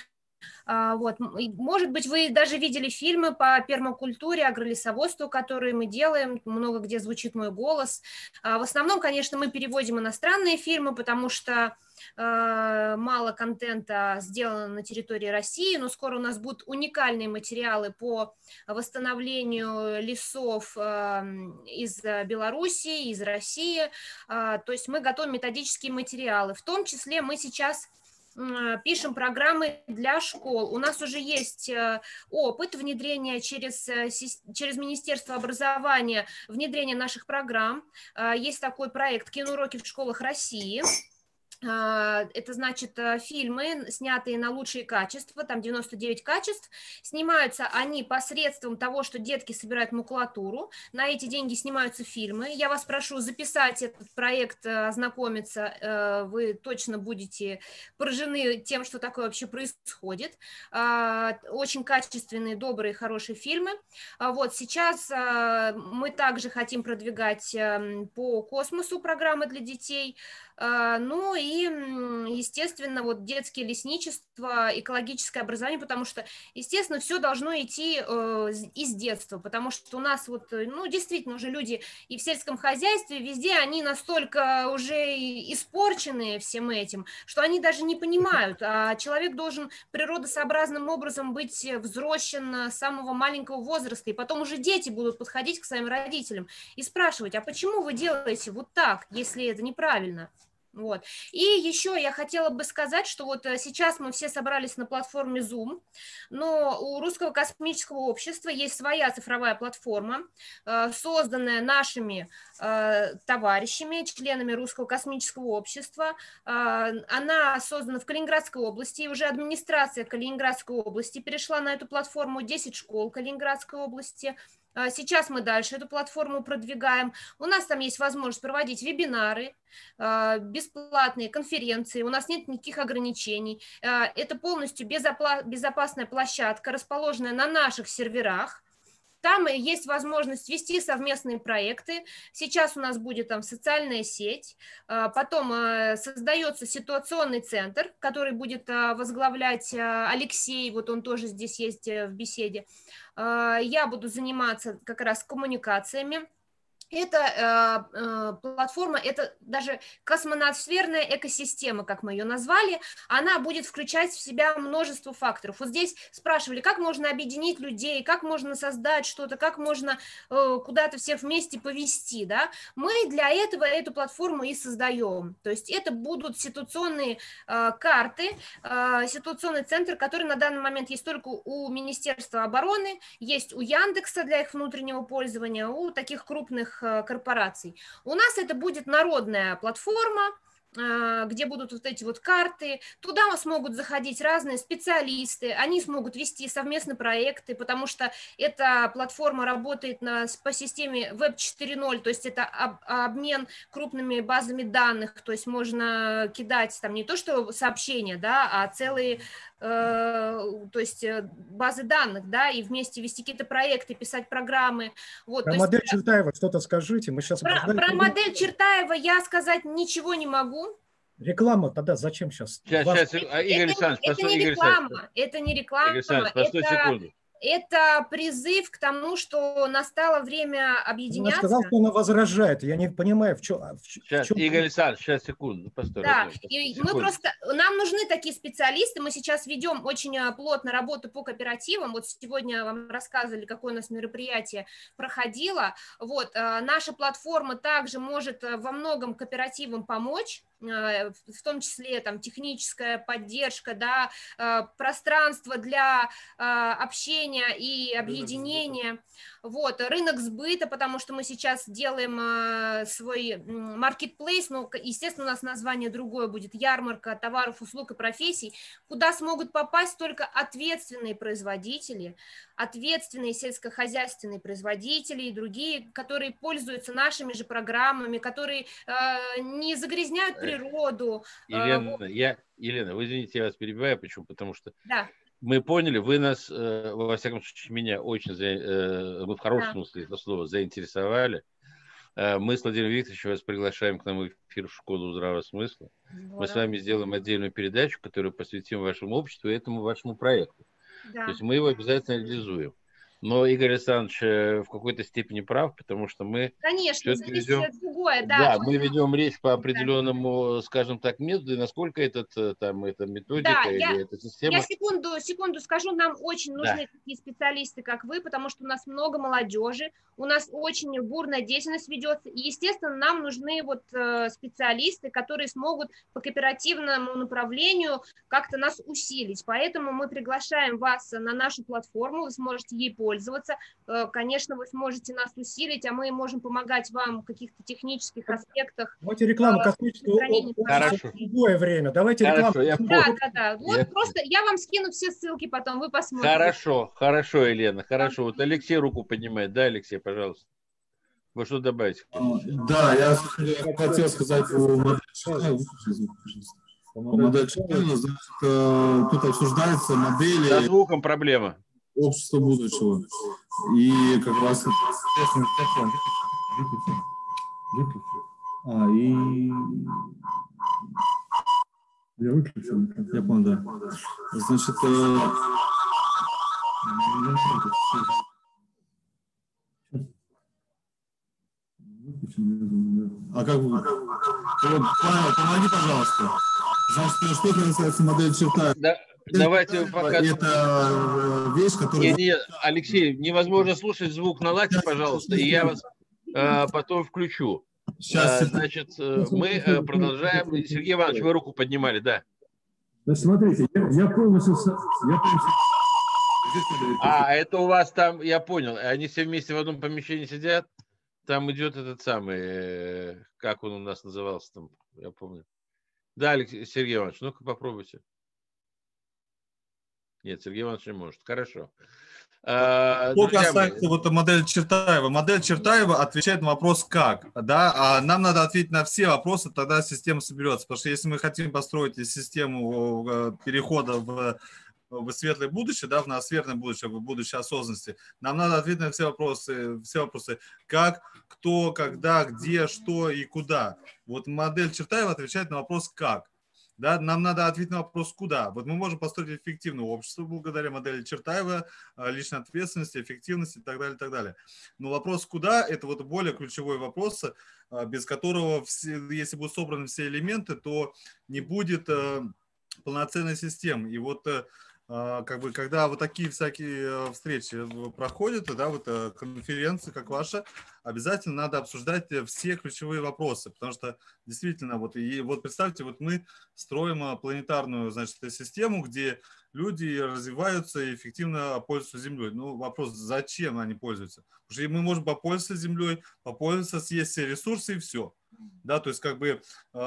Вот. Может быть, вы даже видели фильмы по пермакультуре, агролесоводству, которые мы делаем, много где звучит мой голос. В основном, конечно, мы переводим иностранные фильмы, потому что мало контента сделано на территории России, но скоро у нас будут уникальные материалы по восстановлению лесов из Белоруссии, из России. То есть мы готовим методические материалы. В том числе мы сейчас пишем программы для школ. У нас уже есть опыт внедрения через Министерство образования, внедрения наших программ. Есть такой проект «Киноуроки в школах России». Это значит фильмы, снятые на лучшие качества, там 99 качеств. Снимаются они посредством того, что детки собирают макулатуру. На эти деньги снимаются фильмы. Я вас прошу записать этот проект, ознакомиться. Вы точно будете поражены тем, что такое вообще происходит. Очень качественные, добрые, хорошие фильмы. Вот сейчас мы также хотим продвигать по космосу программы для детей. Ну и, естественно, вот детское лесничество, экологическое образование, потому что, естественно, все должно идти из детства, потому что у нас вот, ну, действительно, уже люди и в сельском хозяйстве, везде они настолько уже испорчены всем этим, что они даже не понимают, а человек должен природосообразным образом быть взрощен с самого маленького возраста, и потом уже дети будут подходить к своим родителям и спрашивать, а почему вы делаете вот так, если это неправильно? Вот. И еще я хотела бы сказать, что вот сейчас мы все собрались на платформе Zoom, но у Русского космического общества есть своя цифровая платформа, созданная нашими товарищами, членами Русского космического общества. Она создана в Калининградской области, и уже администрация Калининградской области перешла на эту платформу, 10 школ Калининградской области. Сейчас мы дальше эту платформу продвигаем. У нас там есть возможность проводить вебинары, бесплатные конференции, у нас нет никаких ограничений. Это полностью безопасная площадка, расположенная на наших серверах. Там есть возможность вести совместные проекты. Сейчас у нас будет там социальная сеть, потом создается ситуационный центр, который будет возглавлять Алексей, вот он тоже здесь есть в беседе. Я буду заниматься как раз коммуникациями. Это платформа, это даже космоносферная экосистема, как мы ее назвали, она будет включать в себя множество факторов. Вот здесь спрашивали, как можно объединить людей, как можно создать что-то, как можно куда-то всех вместе повести, да? Мы для этого эту платформу и создаем. То есть это будут ситуационные карты, ситуационный центр, который на данный момент есть только у Министерства обороны, есть у Яндекса для их внутреннего пользования, у таких крупных корпораций. У нас это будет народная платформа, где будут вот эти вот карты, туда смогут заходить разные специалисты, они смогут вести совместные проекты, потому что эта платформа работает по системе Web 4.0, то есть это обмен крупными базами данных, то есть можно кидать там не то что сообщения, да, а целые, то есть базы данных, да, и вместе вести какие-то проекты, писать программы. Вот, про модель Чертаева что-то скажите, мы сейчас... Про модель Чертаева я сказать ничего не могу. Реклама тогда зачем сейчас? Сейчас, Игорь Александрович, это не реклама, это не реклама, это призыв к тому, что настало время объединяться. Он сказал, что она возражает, я не понимаю, в чем... Сейчас, Игорь Александрович, сейчас, секунду. Да, мы просто, нам нужны такие специалисты, мы сейчас ведем очень плотно работу по кооперативам, вот сегодня вам рассказывали, какое у нас мероприятие проходило, вот, наша платформа также может во многом кооперативам помочь, в том числе там техническая поддержка, да, пространство для общения и объединения, вот, рынок сбыта, потому что мы сейчас делаем свой маркетплейс, но, естественно, у нас название другое будет, ярмарка товаров, услуг и профессий, куда смогут попасть только ответственные производители, ответственные сельскохозяйственные производители и другие, которые пользуются нашими же программами, которые не загрязняют природу. Елена, вы извините, я вас перебиваю, почему? Потому что мы поняли, вы нас, во всяком случае, меня очень, мы в хорошем смысле этого слова, заинтересовали. Мы с Владимиром Викторовичем вас приглашаем к нам в эфир в школу здравого смысла. Мы с вами сделаем отдельную передачу, которую посвятим вашему обществу и этому вашему проекту. Да. То есть мы его обязательно реализуем. Но Игорь Александрович в какой-то степени прав, потому что мы... Конечно, здесь другое, да. Да, мы ведем речь по определенному, скажем так, методу, и насколько эта методика или эта система... Я секунду скажу, нам очень нужны такие специалисты, как вы, потому что у нас много молодежи, у нас очень бурная деятельность ведется, и, естественно, нам нужны вот специалисты, которые смогут по кооперативному направлению как-то нас усилить. Поэтому мы приглашаем вас на нашу платформу, вы сможете ей пользоваться. Конечно, вы сможете нас усилить, а мы можем помогать вам в каких-то технических аспектах. Давайте рекламу космического Хорошо. В другое время. Давайте рекламу. Да. Вот просто я вам скину все ссылки потом, вы посмотрите. Хорошо, Елена, хорошо. Вот Алексей руку поднимает. Да, Алексей, пожалуйста. Вы что добавите? Да, я хотел сказать о модели Чертаева. Тут обсуждается модели... Со звуком проблема. Общество будущего. И как раз... Я выключил. Я понял, да. Значит... А как вы? Павел, помоги, пожалуйста. Значит, что касается модели Чертаева? Да. Давайте пока... Это вещь, которая... Алексей, невозможно слушать звук, наладьте, пожалуйста, и я вас потом включу. Сейчас. Значит, мы продолжаем. Сергей Иванович, вы руку поднимали, да? Значит, смотрите, я полностью... Это у вас там, я понял, они все вместе в одном помещении сидят? Там идет этот самый, как он у нас назывался там, я помню. Да, Алексей, Сергей Иванович, ну-ка попробуйте. Нет, Сергей Иванович не может. Хорошо. Что касается вот модели Чертаева. Модель Чертаева отвечает на вопрос «как?». Да? А нам надо ответить на все вопросы, тогда система соберется. Потому что если мы хотим построить систему перехода в в светлое будущее, да, в светлое будущее, в будущее осознанности, нам надо ответить на все вопросы, как, кто, когда, где, что и куда. Вот модель Чертаева отвечает на вопрос «как». Да, нам надо ответить на вопрос «куда?». Вот мы можем построить эффективное общество благодаря модели Чертаева, личной ответственности, эффективности и так далее, и так далее. Но вопрос «куда?» – это вот более ключевой вопрос, без которого, если будут собраны все элементы, то не будет полноценной системы. И вот как бы, когда вот такие всякие встречи проходят, да, вот конференции, как ваша, обязательно надо обсуждать все ключевые вопросы, потому что действительно, вот представьте, вот мы строим планетарную, значит, систему, где люди развиваются и эффективно пользуются Землей. Ну, вопрос, зачем они пользуются? Потому что мы можем попользоваться Землей, попользоваться, съесть все ресурсы и все. Да, то есть как бы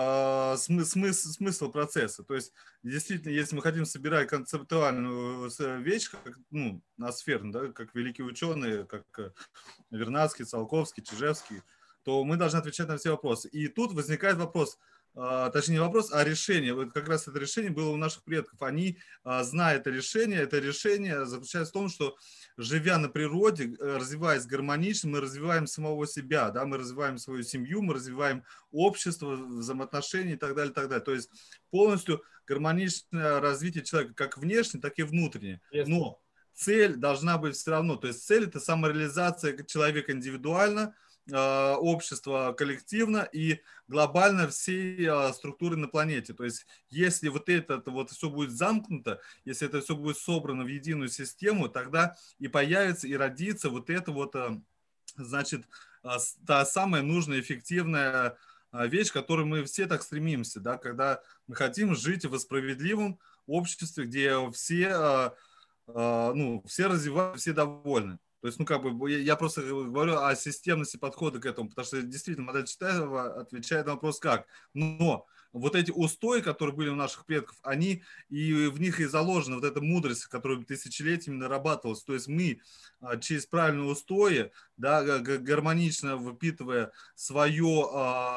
смысл процесса. То есть действительно, если мы хотим собирать концептуальную вещь, как, ну, ноосферную, да, как великие ученые, как Вернадский, Циолковский, Чижевский, то мы должны отвечать на все вопросы. И тут возникает вопрос, точнее не вопрос, а решение. Вот как раз это решение было у наших предков. Они, зная это решение заключается в том, что живя на природе, развиваясь гармонично, мы развиваем самого себя, да, мы развиваем свою семью, мы развиваем общество, взаимоотношения и так далее, и так далее. То есть полностью гармоничное развитие человека как внешне, так и внутренне. Но цель должна быть все равно. То есть цель – это самореализация человека индивидуально, общество коллективно и глобально всей структуры на планете. То есть если вот это вот все будет замкнуто, если это все будет собрано в единую систему, тогда и появится, и родится вот это вот, значит, та самая нужная, эффективная вещь, к которой мы все так стремимся, да, когда мы хотим жить в справедливом обществе, где все, ну, все развиваются, все довольны. То есть, ну, как бы, я просто говорю о системности подхода к этому, потому что действительно модель Чертаева отвечает на вопрос «как?». Но вот эти устои, которые были у наших предков, они, и в них и заложена вот эта мудрость, которая тысячелетиями нарабатывалась. То есть мы через правильные устои, да, гармонично выпитывая свою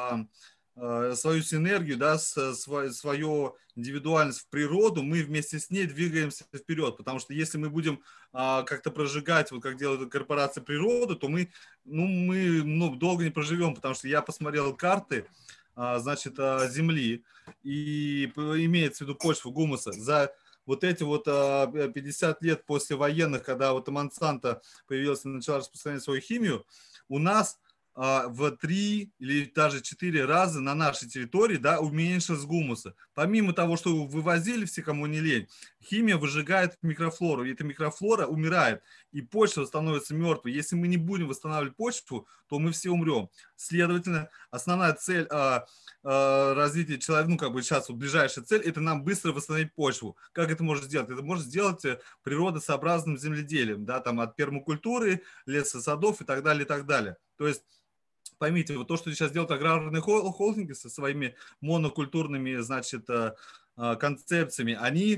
синергию, да, свою индивидуальность в природу, мы вместе с ней двигаемся вперед. Потому что если мы будем как-то прожигать, вот как делают корпорации природы, то мы долго не проживем, потому что я посмотрел карты, значит, Земли, и имеется в виду почву гумуса. За вот эти вот 50 лет после военных, когда вот Монсанто появился и начал распространять свою химию, у нас в 3 или даже 4 раза на нашей территории, да, уменьшилось гумуса. Помимо того, что вывозили все, кому не лень, химия выжигает микрофлору, и эта микрофлора умирает, и почва становится мертвой. Если мы не будем восстанавливать почву, то мы все умрем. Следовательно, основная цель развития человека, ну, как бы сейчас вот ближайшая цель, это нам быстро восстановить почву. Как это можно сделать? Это можно сделать природосообразным земледелием, да, там от пермакультуры, лесосадов и так далее, и так далее. То есть поймите, вот то, что сейчас делают аграрные холдинги со своими монокультурными, значит, концепциями, они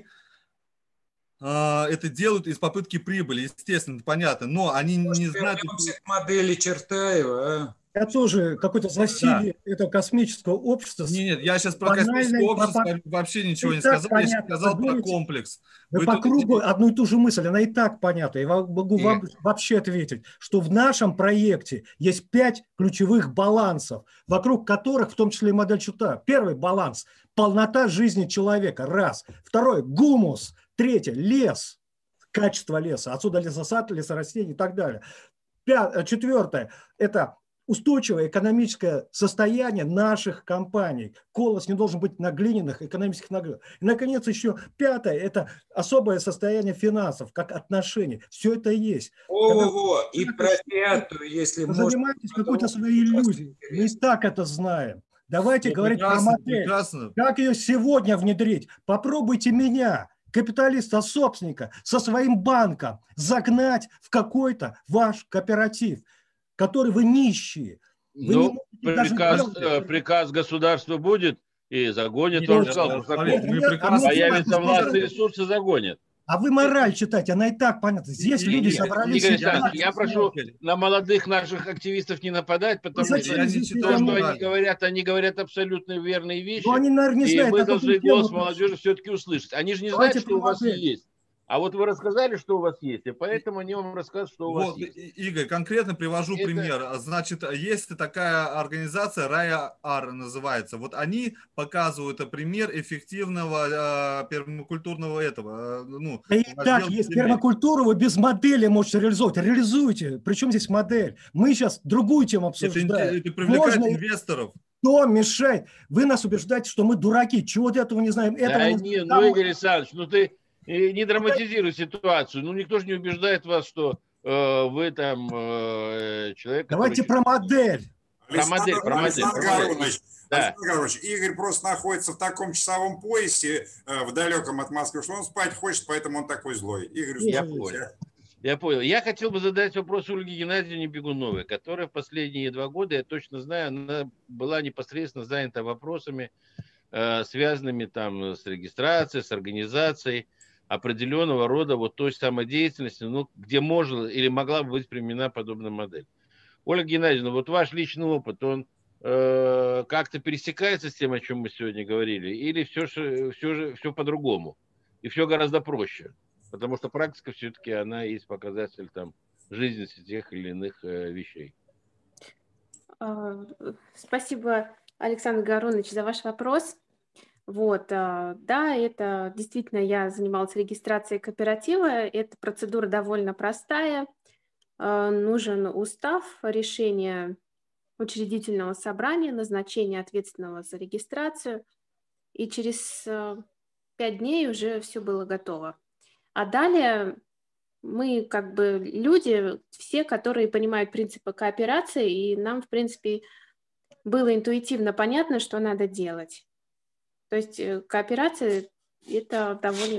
это делают из попытки прибыли, естественно, понятно, но они не знают... К модели Чертаева, Я тоже какое-то засилие этого космического общества. Нет, я сейчас про космическое общество вообще ничего не сказал, я сейчас сказал про комплекс. Вы по кругу одну и ту же мысль, она и так понятна. Я могу вам вообще ответить, что в нашем проекте есть 5 ключевых балансов, вокруг которых, в том числе и модель Чертаева. Первый баланс – полнота жизни человека, раз. Второй – гумус. Третье – лес, качество леса, отсюда лесосад, лесорастения и так далее. Четвертое – это устойчивое экономическое состояние наших компаний. Колос не должен быть на глиняных экономических нагрузках. И, наконец, еще 5 – это особое состояние финансов, как отношений. Все это есть. И про 5, если можно... Вы занимаетесь какой-то своей иллюзией. Мы и так это знаем. Давайте говорить про модель. Прекрасно. Как ее сегодня внедрить? Попробуйте меня, капиталиста-собственника, со своим банком загнать в какой-то ваш кооператив, который вы нищие. Вы приказ государства будет и загонит. Появятся властные ресурсы, загонят. А вы мораль читайте, она и так понятна. Здесь люди собрались... Я прошу на молодых наших активистов не нападать, потому что то, что они говорят абсолютно верные вещи. Они, наверное, не знают, и мы должны голос молодежи все-таки услышать. Они же не знают, что у вас есть. А вот вы рассказали, что у вас есть, и поэтому они вам расскажут, что у вас Вот, есть. Игорь, конкретно привожу пример. Значит, есть такая организация, Рая-Ар называется. Вот они показывают пример эффективного пермакультурного этого. Ну, Да и так, есть пермакультуру, вы без модели можете реализовать. Реализуйте. Причем здесь модель? Мы сейчас другую тему обсуждаем. Это привлекает Можно... инвесторов. Кто мешает? Вы нас убеждаете, что мы дураки. Чего-то этого не знаем. Этого Да не не, знаем. ну, Игорь Александрович, ну ты не драматизируй ситуацию. Ну, никто же не убеждает вас, что вы там человек, Давайте который... про модель. Александр Горунович, Да. Александр Горунович, Игорь просто находится в таком часовом поясе в далеком от Москвы, что он спать хочет, поэтому он такой злой. Игорь, Я понял. Я хотел бы задать вопрос Ольге Геннадьевне Бегуновой, которая в последние 2 года, я точно знаю, она была непосредственно занята вопросами, связанными там с регистрацией, с организацией определенного рода вот той самой деятельности, ну, где можно или могла бы быть применена подобная модель. Ольга Геннадьевна, вот ваш личный опыт, он как-то пересекается с тем, о чем мы сегодня говорили, или все по-другому, и все гораздо проще? Потому что практика все-таки, она есть показатель там жизненности тех или иных вещей. Спасибо, Александр Горунович, за ваш вопрос. Вот, да, это действительно я занималась регистрацией кооператива. Эта процедура довольно простая. Нужен устав, решение учредительного собрания, назначение ответственного за регистрацию. И через 5 дней уже все было готово. А далее мы как бы люди, все, которые понимают принципы кооперации, и нам, в принципе, было интуитивно понятно, что надо делать. То есть кооперация – это довольно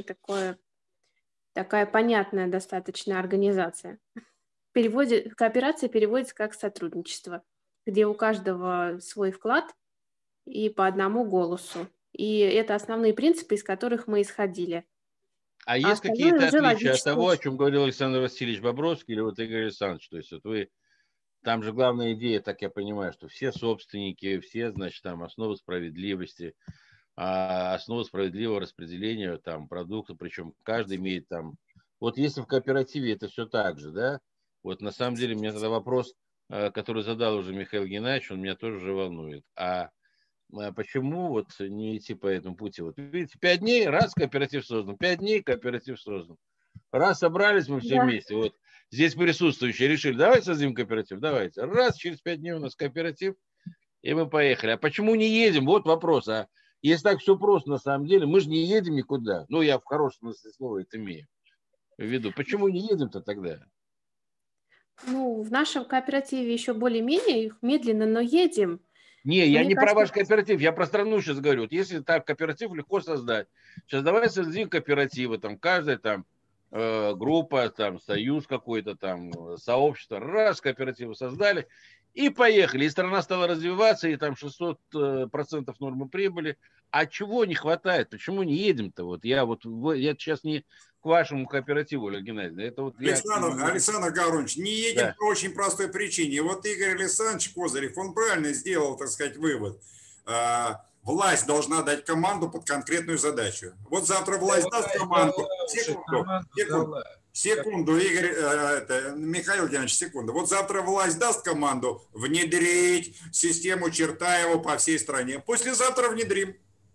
такая понятная достаточно организация. Кооперация переводится как сотрудничество, где у каждого свой вклад и по одному голосу. И это основные принципы, из которых мы исходили. А есть какие-то отличия от того, о чем говорил Александр Васильевич Бобровский или вот Игорь Александрович? То есть вот вы, там же главная идея, так я понимаю, что все собственники, все, значит, там основы справедливости, основа справедливого распределения там продукта, причем каждый имеет там... Вот если в кооперативе это все так же, да, вот на самом деле меня тогда вопрос, который задал уже Михаил Геннадьевич, он меня тоже уже волнует. А почему вот не идти по этому пути? Вот видите, 5 дней, раз кооператив создан, 5 дней кооператив создан. Раз собрались мы все вместе, вот здесь присутствующие решили, давайте создадим кооператив, давайте. Раз, через 5 дней у нас кооператив, и мы поехали. А почему не едем? Вот вопрос. А если так все просто, на самом деле, мы же не едем никуда. Ну, я в хорошем смысле слова это имею в виду. Почему не едем-то тогда? Ну, в нашем кооперативе еще более-менее, медленно, но едем. Не, я не про ваш кооператив, я про страну сейчас говорю. Вот если так кооператив легко создать. Сейчас давай создадим кооперативы, там каждая там группа, там союз какой-то, там сообщество, раз кооперативы создали и поехали. И страна стала развиваться, и там 600% нормы прибыли. А чего не хватает? Почему не едем-то? Вот я сейчас не к вашему кооперативу, Ольга Геннадьевна. Это вот Александр Горунович, не едем по очень простой причине. Вот Игорь Александрович Козырев, он правильно сделал, так сказать, вывод. Власть должна дать команду под конкретную задачу. Вот завтра власть даст команду. Секунду, Игорь, Михаил Геннадьевич, секунду. Вот завтра власть даст команду внедрить систему Чертаева по всей стране. Послезавтра внедрим.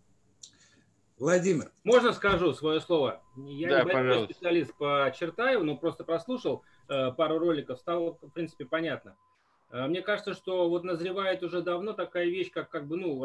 Владимир. Можно скажу свое слово? Я не большой специалист по Чертаеву, но просто прослушал пару роликов, стало, в принципе, понятно. Мне кажется, что вот назревает уже давно такая вещь, как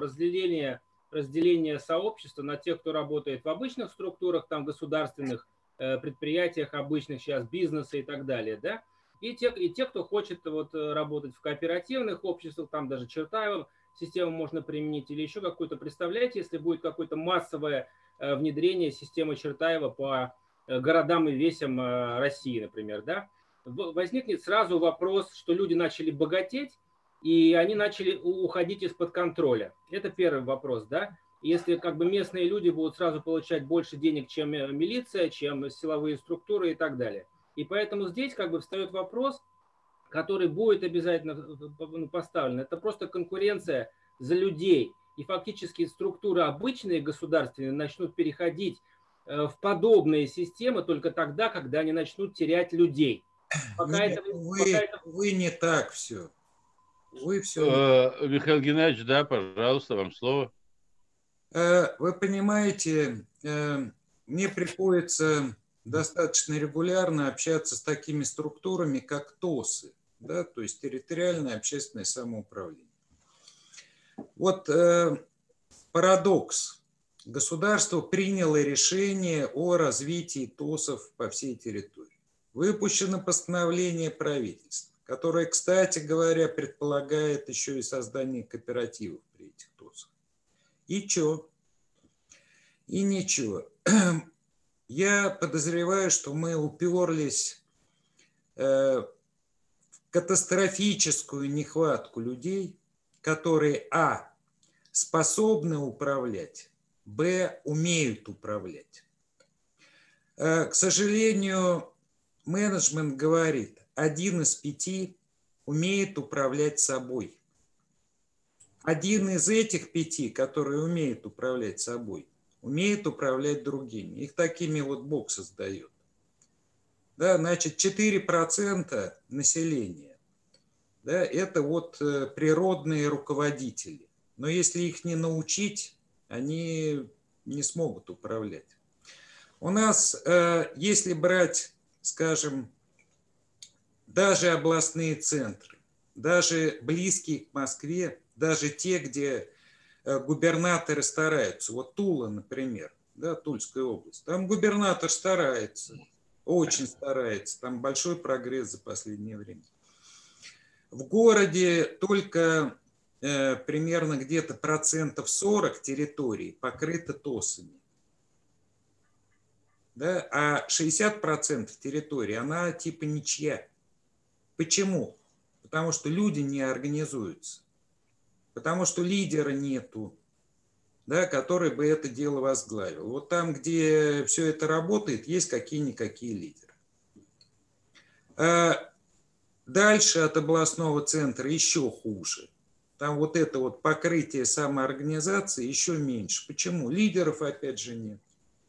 разделение сообщества на тех, кто работает в обычных структурах, там государственных предприятиях, обычных сейчас бизнеса и так далее, да, и те, кто хочет вот работать в кооперативных обществах, там даже Чертаева систему можно применить или еще какую-то. Представляете, если будет какое-то массовое внедрение системы Чертаева по городам и весям России, например, да, возникнет сразу вопрос, что люди начали богатеть, и они начали уходить из-под контроля. Это первый вопрос, да. Если как бы местные люди будут сразу получать больше денег, чем милиция, чем силовые структуры и так далее. И поэтому здесь как бы встает вопрос, который будет обязательно поставлен. Это просто конкуренция за людей. И фактически структуры обычные государственные начнут переходить в подобные системы только тогда, когда они начнут терять людей. Нет, вы не так все. Вы все. Михаил Геннадьевич, да, пожалуйста, вам слово. Вы понимаете, мне приходится достаточно регулярно общаться с такими структурами, как ТОСы, да, то есть территориальное общественное самоуправление. Вот парадокс. Государство приняло решение о развитии ТОСов по всей территории. Выпущено постановление правительства, которое, кстати говоря, предполагает еще и создание кооперативов при этих ТОСах. И чё? И ничего. Я подозреваю, что мы уперлись в катастрофическую нехватку людей, которые, а, способны управлять, б, умеют управлять. К сожалению, менеджмент говорит, 1 из 5 умеет управлять собой. 1 из этих 5, который умеет управлять собой, умеет управлять другими. Их такими вот Бог создает. Да, значит, 4% населения, да, это вот природные руководители. Но если их не научить, они не смогут управлять. У нас, если брать, скажем, даже областные центры, даже близкие к Москве, даже те, где губернаторы стараются, вот Тула, например, да, Тульская область, там губернатор старается, очень старается, там большой прогресс за последнее время. В городе только примерно где-то 40% территории покрыто ТОСами. Да, а 60% территории, она типа ничья. Почему? Потому что люди не организуются. Потому что лидера нету, да, который бы это дело возглавил. Вот там, где все это работает, есть какие-никакие лидеры. А дальше от областного центра еще хуже. Там вот это вот покрытие самоорганизации еще меньше. Почему? Лидеров опять же нет.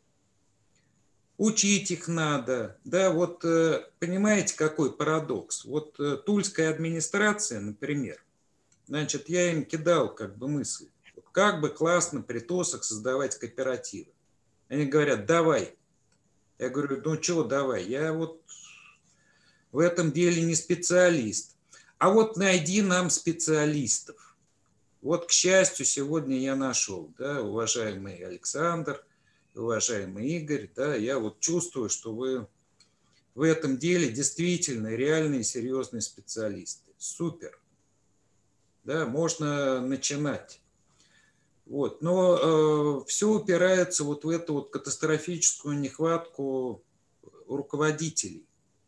Учить их надо. Да, вот понимаете, какой парадокс? Вот тульская администрация, например, значит, я им кидал как бы мысль, как бы классно при ТОСах создавать кооперативы. Они говорят, давай. Я говорю, ну чего давай, я вот в этом деле не специалист. А вот найди нам специалистов. Вот, к счастью, сегодня я нашел, да, уважаемый Александр, уважаемый Игорь, да, я вот чувствую, что вы в этом деле действительно реальные серьезные специалисты. Супер. Да, можно начинать. Вот. Но все упирается вот в эту вот катастрофическую нехватку руководителей,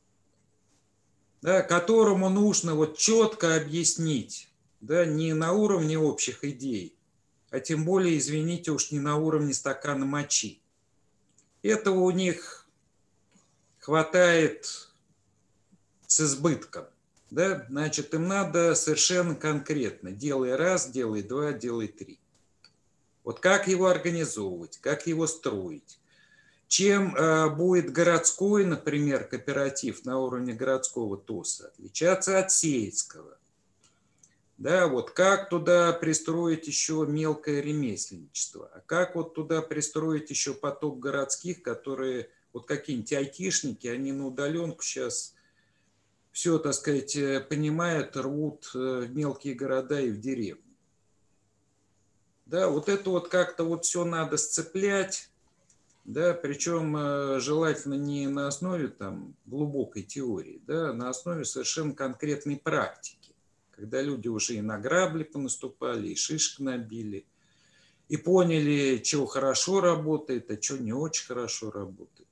да, которому нужно вот четко объяснить, да, не на уровне общих идей, а тем более, извините уж, не на уровне стакана мочи. Этого у них хватает с избытком. Да? Значит, им надо совершенно конкретно. Делай раз, делай два, делай три. Вот как его организовывать, как его строить. Чем будет городской, например, кооператив на уровне городского ТОСа отличаться от сельского. Да, вот как туда пристроить еще мелкое ремесленничество, а как вот туда пристроить еще поток городских, которые, вот какие-нибудь айтишники, они на удаленку сейчас все, так сказать, понимают, рвут в мелкие города и в деревни. Да, вот это вот как-то вот все надо сцеплять, да, причем желательно не на основе там глубокой теории, да, а на основе совершенно конкретной практики. Когда люди уже и на грабли понаступали, и шишки набили, и поняли, что хорошо работает, а что не очень хорошо работает.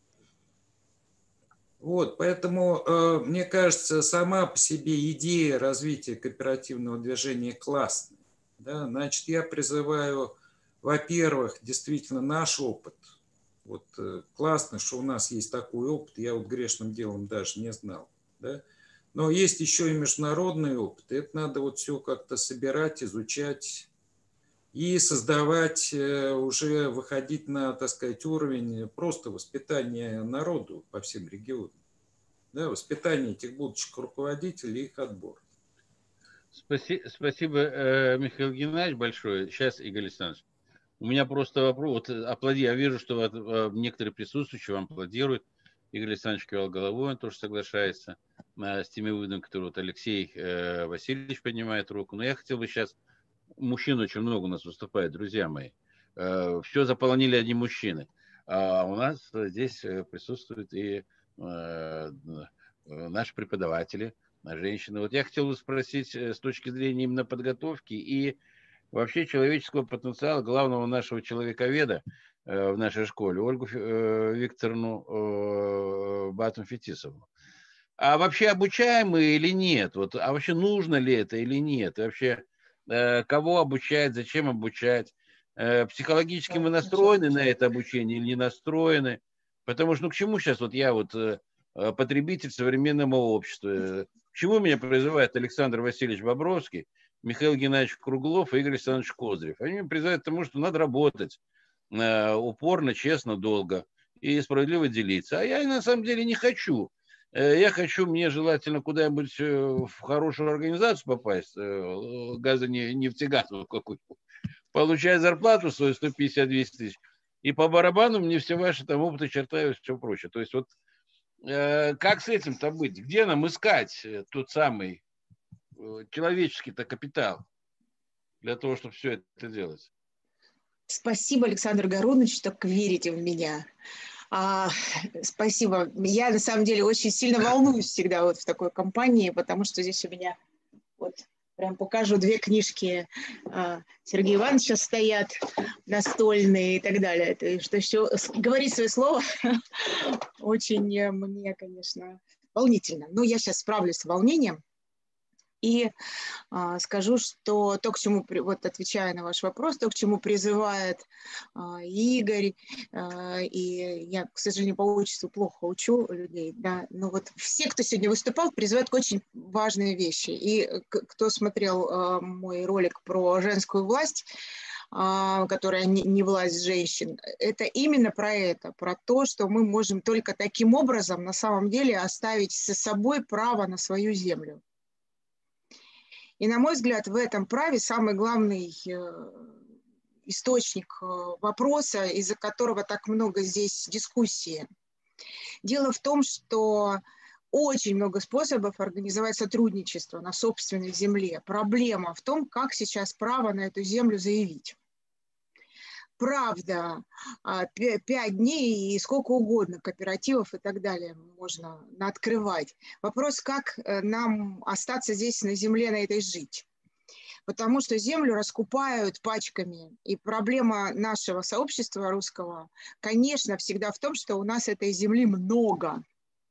Вот, поэтому, мне кажется, сама по себе идея развития кооперативного движения классная. Да? Значит, я призываю, во-первых, действительно наш опыт. Вот классно, что у нас есть такой опыт, я вот грешным делом даже не знал. Да? Но есть еще и международный опыт. И это надо вот все как-то собирать, изучать, и создавать, уже выходить на, так сказать, уровень просто воспитания народу по всем регионам. Да, воспитание этих будущих руководителей и их отбор. Спасибо, Михаил Геннадьевич, большое. Сейчас, Игорь Александрович, у меня просто вопрос. Вот, я вижу, что некоторые присутствующие вам аплодируют. Игорь Александрович кивал головой, он тоже соглашается с теми выводами, которые вот Алексей Васильевич поднимает руку. Но я хотел бы сейчас... Мужчин очень много у нас выступает, друзья мои. Все заполонили одни мужчины. А у нас здесь присутствуют и наши преподаватели, женщины. Вот я хотел бы спросить с точки зрения именно подготовки и вообще человеческого потенциала главного нашего человековеда в нашей школе, Ольгу Викторовну Батум-Фетисову. А вообще обучаемые или нет? Вот, а вообще нужно ли это или нет? И вообще кого обучать, зачем обучать? Психологически мы настроены на это обучение или не настроены? Потому что, ну, к чему сейчас вот я вот потребитель современного общества? К чему меня призывает Александр Васильевич Бобровский, Михаил Геннадьевич Круглов и Игорь Александрович Козырев? Они меня призывают к тому, что надо работать упорно, честно, долго и справедливо делиться. А я на самом деле не хочу. Я хочу, мне желательно куда-нибудь в хорошую организацию попасть, газонефтегазовую какую-то, получать зарплату свою 150-200 тысяч, и по барабану мне все ваши там опыты Чертаева и все прочее. То есть вот как с этим-то быть? Где нам искать тот самый человеческий-то капитал для того, чтобы все это делать? Спасибо, Александр Гарунович, что так верите в меня. Спасибо. Я на самом деле очень сильно волнуюсь всегда вот в такой компании, потому что здесь у меня вот прям покажу 2 книжки Сергея Ивановича стоят, настольные и так далее. Это, что еще говорить свое слово очень мне, конечно, волнительно. Но я сейчас справлюсь с волнением. И скажу, что то, к чему, вот отвечая на ваш вопрос, то, к чему призывает Игорь, и я, к сожалению, по отчеству плохо учу людей, да, но вот все, кто сегодня выступал, призывают к очень важные вещи. И кто смотрел мой ролик про женскую власть, которая не власть женщин, это именно про это, про то, что мы можем только таким образом на самом деле оставить за собой право на свою землю. И, на мой взгляд, в этом праве самый главный источник вопроса, из-за которого так много здесь дискуссии. Дело в том, что очень много способов организовать сотрудничество на собственной земле. Проблема в том, как сейчас право на эту землю заявить. Правда, 5 дней и сколько угодно кооперативов и так далее можно открывать. Вопрос, как нам остаться здесь на земле, на этой жить. Потому что землю раскупают пачками. И проблема нашего сообщества русского, конечно, всегда в том, что у нас этой земли много.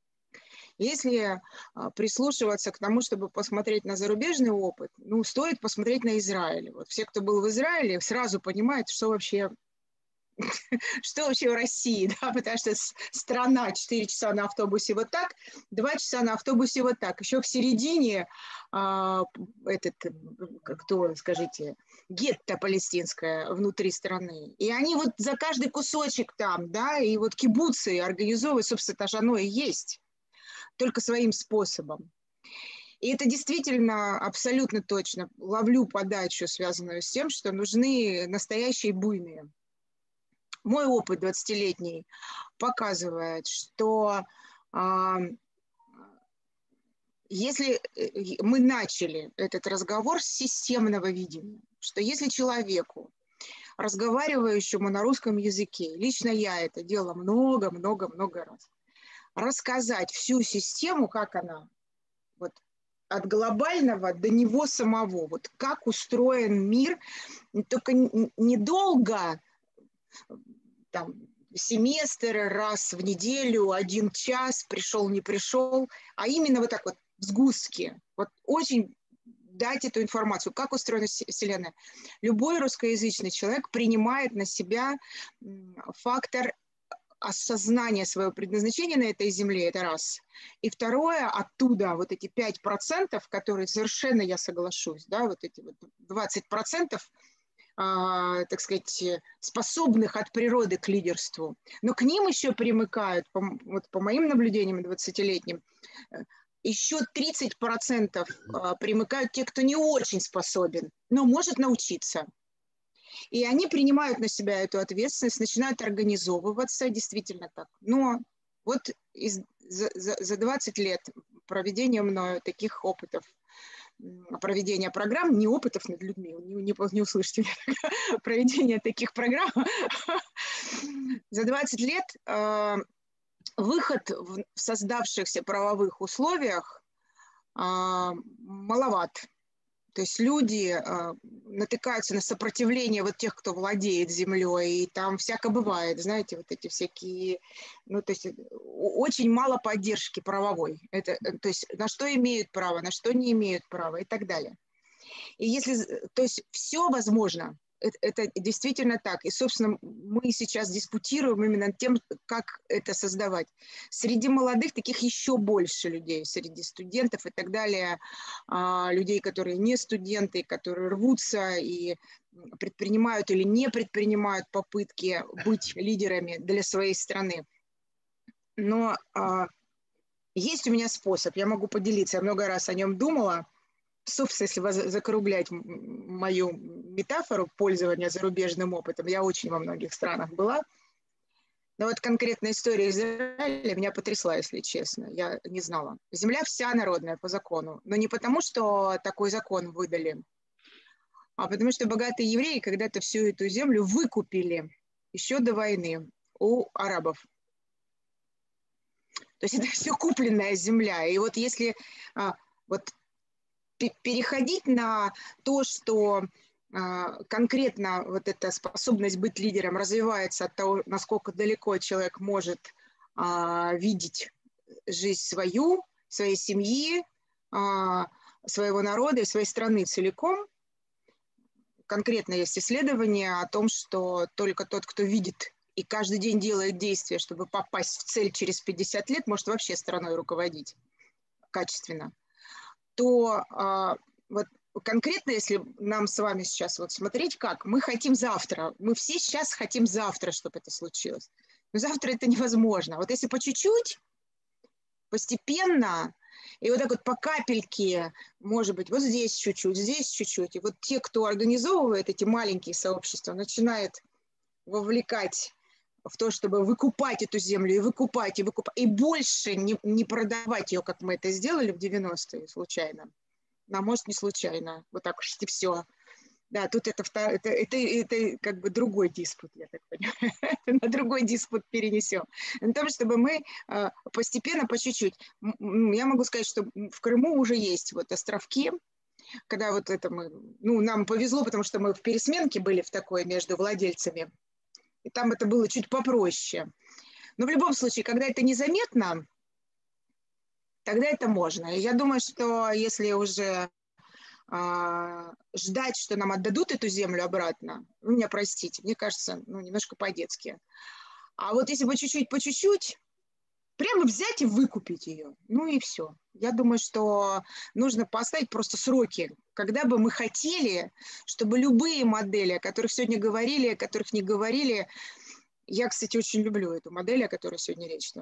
Если прислушиваться к тому, чтобы посмотреть на зарубежный опыт, ну, стоит посмотреть на Израиль. Вот все, кто был в Израиле, сразу понимают, что вообще в России, да, потому что страна 4 часа на автобусе вот так, 2 часа на автобусе вот так. Еще в середине гетто палестинское внутри страны. И они вот за каждый кусочек там, да, и вот кибуцы организовывают, собственно, это же оно и есть. Только своим способом. И это действительно абсолютно точно. Ловлю подачу, связанную с тем, что нужны настоящие буйные. Мой опыт 20-летний показывает, что если мы начали этот разговор с системного видения, что если человеку, разговаривающему на русском языке, лично я это делала много-много-много раз, рассказать всю систему, как она, вот, от глобального до него самого, вот как устроен мир, только недолго, там, семестр, раз в неделю, 1 час, пришел, не пришел, а именно вот так вот в сгустке, вот очень дать эту информацию, как устроена Вселенная. Любой русскоязычный человек принимает на себя фактор осознание своего предназначения на этой земле, это раз. И второе, оттуда вот эти 5%, которые совершенно, я соглашусь, да, вот эти вот 20% так сказать, способных от природы к лидерству. Но к ним еще примыкают, вот по моим наблюдениям 20-летним, еще 30% примыкают те, кто не очень способен, но может научиться. И они принимают на себя эту ответственность, начинают организовываться, действительно так. Но вот за 20 лет проведения мною таких опытов, проведения программ, не опытов над людьми, не услышите, проведения таких программ, за 20 лет выход в создавшихся правовых условиях маловат. То есть люди натыкаются на сопротивление вот тех, кто владеет землей, и там всяко бывает, знаете, вот эти всякие, ну, то есть очень мало поддержки правовой. Это, то есть на что имеют право, на что не имеют права и так далее. И если, то есть все возможно, это действительно так. И, собственно, мы сейчас дискутируем именно тем, как это создавать. Среди молодых таких еще больше людей, среди студентов и так далее, людей, которые не студенты, которые рвутся и предпринимают или не предпринимают попытки быть лидерами для своей страны. Но есть у меня способ, я могу поделиться, я много раз о нем думала. Собственно, если закруглять мою метафору пользования зарубежным опытом, я очень во многих странах была. Но вот конкретная история Израиля меня потрясла, если честно. Я не знала. Земля вся народная по закону. Но не потому, что такой закон выдали, а потому что богатые евреи когда-то всю эту землю выкупили еще до войны у арабов. То есть это все купленная земля. И вот если вот переходить на то, что конкретно вот эта способность быть лидером развивается от того, насколько далеко человек может видеть жизнь свою, своей семьи, своего народа и своей страны целиком. Конкретно есть исследования о том, что только тот, кто видит и каждый день делает действия, чтобы попасть в цель через 50 лет, может вообще страной руководить качественно. То вот конкретно, если нам с вами сейчас вот смотреть, как мы хотим завтра, мы все сейчас хотим завтра, чтобы это случилось. Но завтра это невозможно. Вот если по чуть-чуть, постепенно, и вот так вот по капельке, может быть, вот здесь чуть-чуть, и вот те, кто организовывает эти маленькие сообщества, начинает вовлекать в то, чтобы выкупать эту землю, и выкупать, и больше не продавать ее, как мы это сделали в 90-е случайно. А может, не случайно. Вот так уж и все. Да, тут это как бы другой диспут, я так понимаю. На другой диспут перенесем. На том, чтобы мы постепенно, по чуть-чуть. Я могу сказать, что в Крыму уже есть вот островки, когда вот это мы... Ну, нам повезло, потому что мы в пересменке были в такой между владельцами. И там это было чуть попроще. Но в любом случае, когда это незаметно, тогда это можно. И я думаю, что если уже ждать, что нам отдадут эту землю обратно, вы меня простите, мне кажется, ну, немножко по-детски. А вот если по чуть-чуть, прямо взять и выкупить ее, ну и все. Я думаю, что нужно поставить просто сроки, когда бы мы хотели, чтобы любые модели, о которых сегодня говорили, о которых не говорили, я, кстати, очень люблю эту модель, о которой сегодня речь.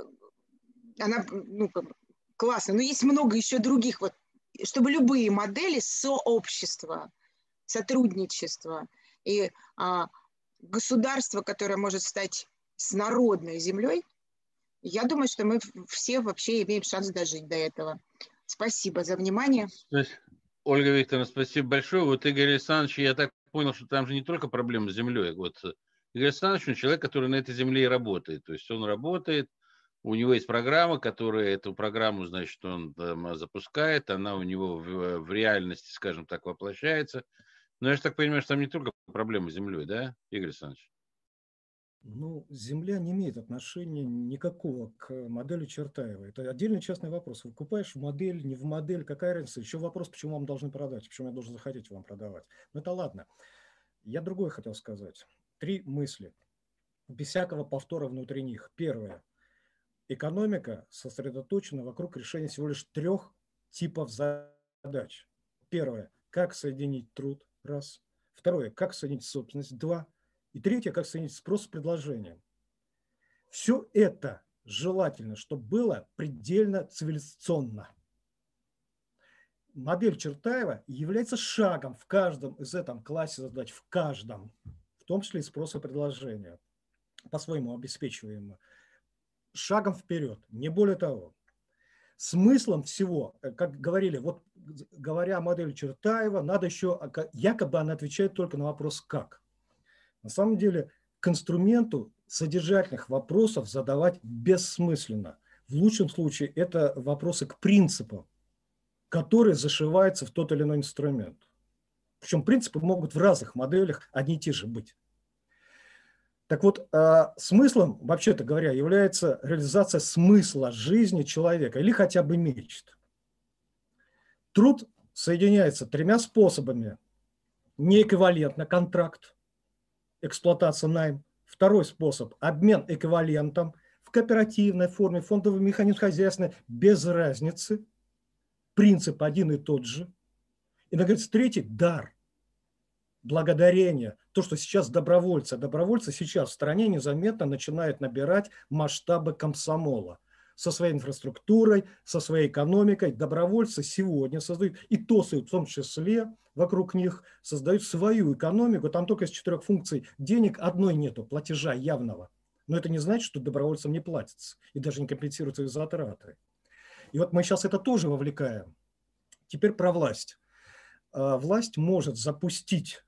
Она, ну, классно, но есть много еще других, вот, чтобы любые модели сообщества, сотрудничества и государство, которое может стать с народной землей, я думаю, что мы все вообще имеем шанс дожить до этого. Спасибо за внимание. Ольга Викторовна, спасибо большое. Вот Игорь Александрович, я так понял, что там же не только проблема с землей. Вот Игорь Александрович, он человек, который на этой земле и работает. То есть он работает, у него есть программа, которая эту программу, значит, он там запускает, она у него в реальности, скажем так, воплощается. Но я же так понимаю, что там не только проблема с землей, да, Игорь Александрович? Ну, земля не имеет отношения никакого к модели Чертаева. Это отдельный частный вопрос. Выкупаешь в модель, не в модель, какая разница? Еще вопрос, почему вам должны продать, почему я должен захотеть вам продавать. Но это ладно. Я другое хотел сказать. 3 мысли, без всякого повтора внутри них. Первое. Экономика сосредоточена вокруг решения всего лишь 3 типов задач. Первое. Как соединить труд? Раз. Второе, как соединить собственность. 2. И третье, как соединить спрос с предложением. Все это желательно, чтобы было предельно цивилизационно. Модель Чертаева является шагом в каждом из этом классе задач, в каждом, в том числе и спроса и предложения, по-своему обеспечиваемо, шагом вперед, не более того. Смыслом всего, как говорили, вот говоря о модели Чертаева, надо еще, якобы она отвечает только на вопрос «как?». На самом деле к инструменту содержательных вопросов задавать бессмысленно. В лучшем случае это вопросы к принципам, которые зашиваются в тот или иной инструмент. Причем принципы могут в разных моделях одни и те же быть. Так вот, смыслом, вообще-то говоря, является реализация смысла жизни человека или хотя бы мечт. Труд соединяется 3 способами. Неэквивалентно контракт, эксплуатация, найм. Второй способ – обмен эквивалентом в кооперативной форме, фондовый механизм хозяйственный, без разницы. Принцип один и тот же. И, наконец, третий – дар. Благодарение. То, что сейчас добровольцы сейчас в стране незаметно начинают набирать масштабы комсомола. Со своей инфраструктурой, со своей экономикой. Добровольцы сегодня создают, и ТОСы в том числе, вокруг них создают свою экономику. Там только из 4 функций денег одной нету, платежа явного. Но это не значит, что добровольцам не платится и даже не компенсируются их затраты. И вот мы сейчас это тоже вовлекаем. Теперь про власть. Власть может запустить,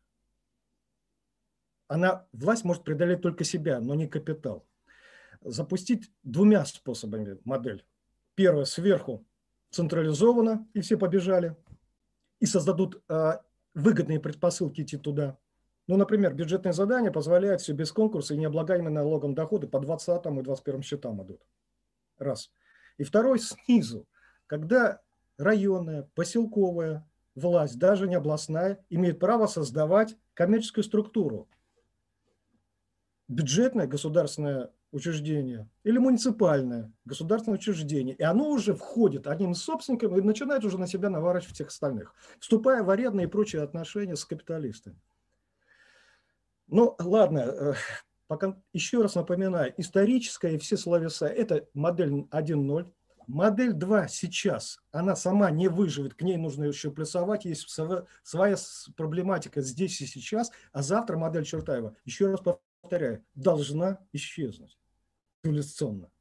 власть может преодолеть только себя, но не капитал. Запустить 2 способами модель. Первое, сверху централизованно, и все побежали, и создадут выгодные предпосылки идти туда. Ну, например, бюджетные задания позволяют все без конкурса и необлагаемые налогом доходы по 20 и 21 счетам идут. Раз. И второй, снизу, когда районная, поселковая власть, даже не областная, имеет право создавать коммерческую структуру. Бюджетное государственное учреждение или муниципальное государственное учреждение. И оно уже входит одним из собственников и начинает уже на себя наворачивать всех остальных, вступая в арендные и прочие отношения с капиталистами. Ну, ладно, пока еще раз напоминаю, историческая и все словеса – это модель 1.0. Модель 2 сейчас, она сама не выживет, к ней нужно еще плюсовать, есть своя проблематика здесь и сейчас, а завтра модель Чертаева, еще раз повторяю, должна исчезнуть цивилизационно.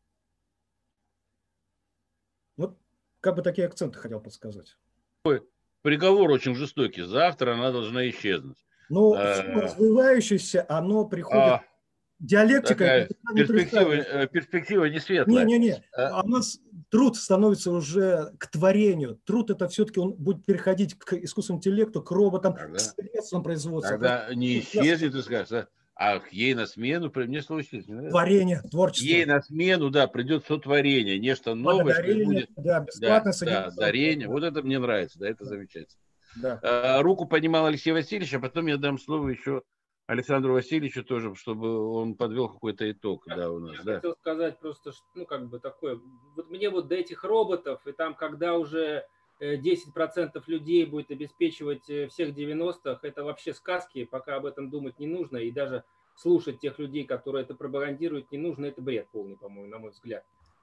Вот как бы такие акценты хотел подсказать. Приговор очень жестокий, завтра она должна исчезнуть. Но развивающееся, оно приходит... Диалектика... Перспектива не светлая. Не-не-не. У нас труд становится уже к творению. Труд это все-таки он будет переходить к искусственному интеллекту, к роботам, к средствам производства. Тогда не исчезнет, ты скажешь, а ей на смену, мне случилось. Творение, творчество. Ей на смену, да, придет сотворение, нечто новое, что будет. Да, бесплатно дарение. Вот это мне нравится, да, это замечательно. Да. Руку поднимал Алексей Васильевич, а потом я дам слово еще Александру Васильевичу тоже, чтобы он подвел какой-то итог. Да, у нас, я хотел сказать просто, ну, как бы такое, вот мне вот до этих роботов, и там, когда уже 10% людей будет обеспечивать всех 90-х, это вообще сказки, пока об этом думать не нужно, и даже слушать тех людей, которые это пропагандируют, не нужно, это бред полный, по-моему, на мой взгляд.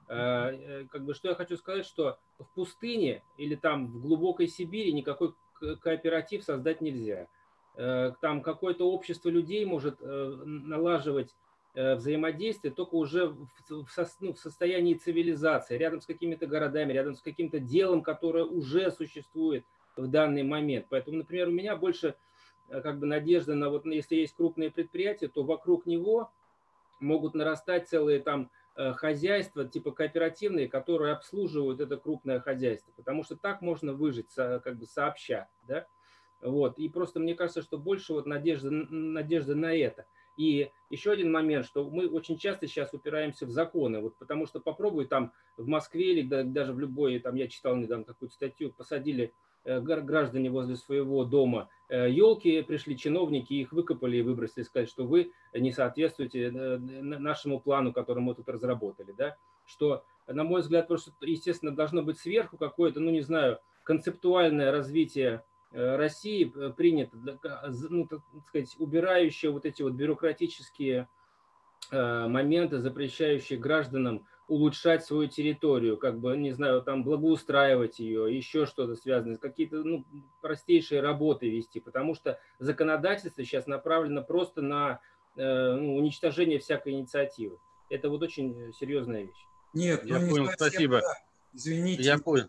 Как бы, что я хочу сказать, что в пустыне или там в глубокой Сибири никакой кооператив создать нельзя. Там какое-то общество людей может налаживать взаимодействие только уже в состоянии цивилизации, рядом с какими-то городами, рядом с каким-то делом, которое уже существует в данный момент. Поэтому, например, у меня больше как бы надежда на вот, если есть крупные предприятия, то вокруг него могут нарастать целые там хозяйства типа кооперативные, которые обслуживают это крупное хозяйство, потому что так можно выжить как бы сообща, да. Вот. И просто мне кажется, что больше вот надежда на это. И еще один момент, что мы очень часто сейчас упираемся в законы, вот потому что попробуй там в Москве или даже в любой, там я читал недавно какую-то статью, посадили граждане возле своего дома елки, пришли чиновники, их выкопали и выбросили, сказать, что вы не соответствуете нашему плану, который мы тут разработали, да, что, на мой взгляд, просто, естественно, должно быть сверху какое-то, ну не знаю, концептуальное развитие России принято, ну, так сказать, убирающее вот эти вот бюрократические моменты, запрещающие гражданам улучшать свою территорию, как бы, не знаю, там благоустраивать ее, еще что-то связанное, какие-то, ну, простейшие работы вести, потому что законодательство сейчас направлено просто на уничтожение всякой инициативы. Это вот очень серьезная вещь. Нет, я понял, спасибо. Так. Извините. Я понял.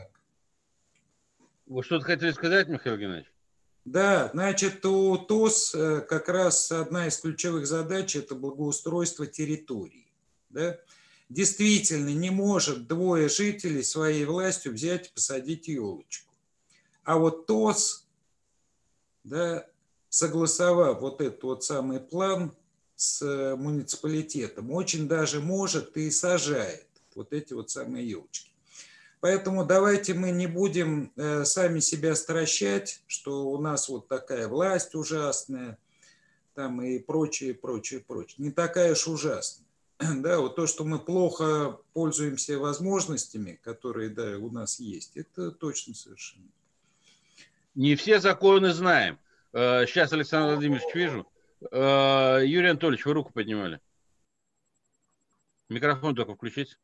Вы что-то хотели сказать, Михаил Геннадьевич? Да, значит, у ТОС как раз одна из ключевых задач – это благоустройство территории. Да? Действительно, не может двое жителей своей властью взять и посадить елочку. А вот ТОС, да, согласовав вот этот вот самый план с муниципалитетом, очень даже может и сажает вот эти вот самые елочки. Поэтому давайте мы не будем сами себя стращать, что у нас вот такая власть ужасная, там и прочее, прочее, прочее. Не такая уж ужасная. Да, вот то, что мы плохо пользуемся возможностями, которые, да, у нас есть, это точно совершенно. Не все законы знаем. Сейчас, Александр Владимирович, вижу. Юрий Анатольевич, вы руку поднимали. Микрофон только включить.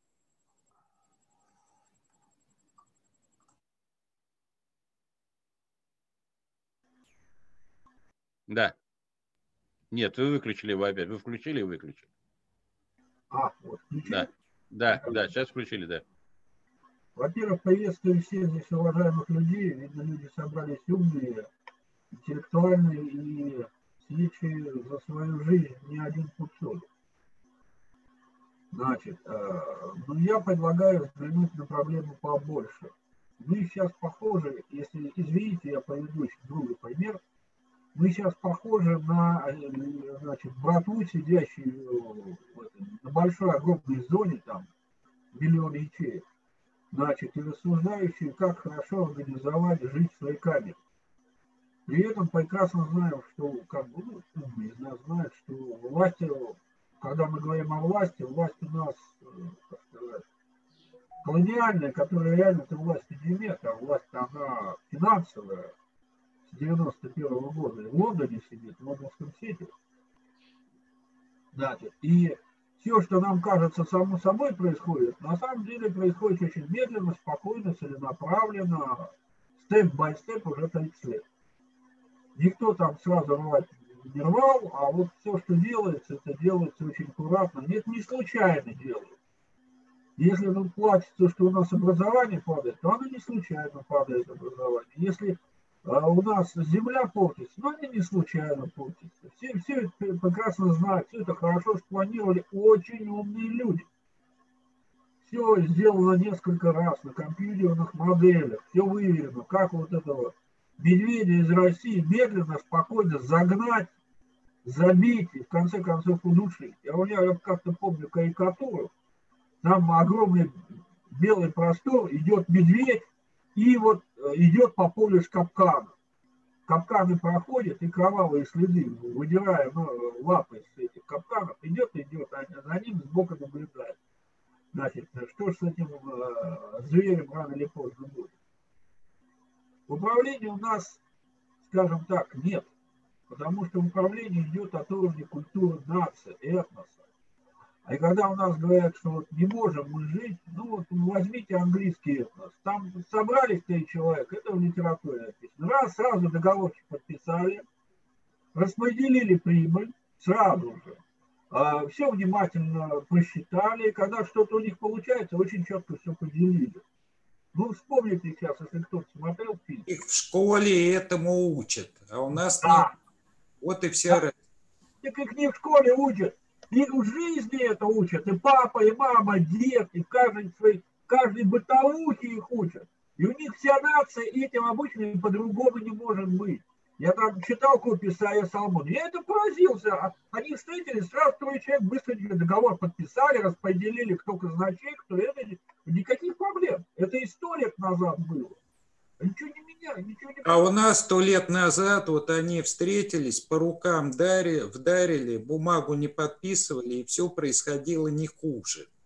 Да. Нет, вы выключили его опять. Вы включили и выключили. Вот включили? Да, сейчас включили, да. Во-первых, приветствую всех здесь уважаемых людей. Видно, люди собрались умные, интеллектуальные и сличие за свою жизнь не один пучок. Значит, я предлагаю взглянуть на проблему побольше. Мы сейчас похожи, если, извините, я приведу другой пример, мы сейчас похожи на, значит, братву, сидящую на большой огромной зоне, там, миллион ячеек, значит, и рассуждающие, как хорошо организовать жизнь в своей камере. При этом прекрасно знаем, что, как бы, умные из нас знают, что власть, когда мы говорим о власти, власть у нас, как сказать, колониальная, которая реально-то власти не имеет, а власть она финансовая, с 91-го года в Лондоне сидит, в лондонском сити. Значит, и все, что нам кажется само собой происходит, на самом деле происходит очень медленно, спокойно, целенаправленно, степ-бай-степ уже 30 лет. Никто там сразу рвать не рвал, а вот все, что делается, это делается очень аккуратно. Нет, не случайно делают. Если нам платится, что у нас образование падает, то оно не случайно падает, образование. Если у нас земля портится, но они не случайно портятся. Все это прекрасно знают, все это хорошо спланировали очень умные люди. Все сделано несколько раз на компьютерных моделях, все выверено, как вот этого медведя из России медленно, спокойно загнать, забить и в конце концов удушить. Я как-то помню карикатуру, там огромный белый простор, идет медведь, и вот идет по полю с капканом. Капканы проходят, и кровавые следы, выдирая лапы с этих капканов, идет, а за ним сбоку наблюдает. Значит, что ж с этим зверем рано или поздно будет? Управления у нас, скажем так, нет, потому что управление идет от уровня культуры нации, этноса. И когда у нас говорят, что вот не можем мы жить, вот возьмите английский этнос. Там собрались 3 человека, это в литературе написано. Сразу договорчик подписали, распределили прибыль, сразу же. Все внимательно просчитали, когда что-то у них получается, очень четко все поделили. Вспомните сейчас, если кто-то смотрел фильм. Их в школе этому учат, а у нас нет. Вот и вся разница. Так их не в школе учат. Их в жизни это учат, и папа, и мама, дед, и каждой бытовухе их учат. И у них вся нация этим обычно по-другому не может быть. Я там читал копию Исайя Соломона, я это поразился. Они встретились, сразу 3 человек быстренько договор подписали, распределили, кто казначей, кто это. Никаких проблем. Это и 100 лет назад было. Ничего не меняли, ничего не... А у нас 100 лет назад вот они встретились, по рукам вдарили, бумагу не подписывали, и все происходило не хуже.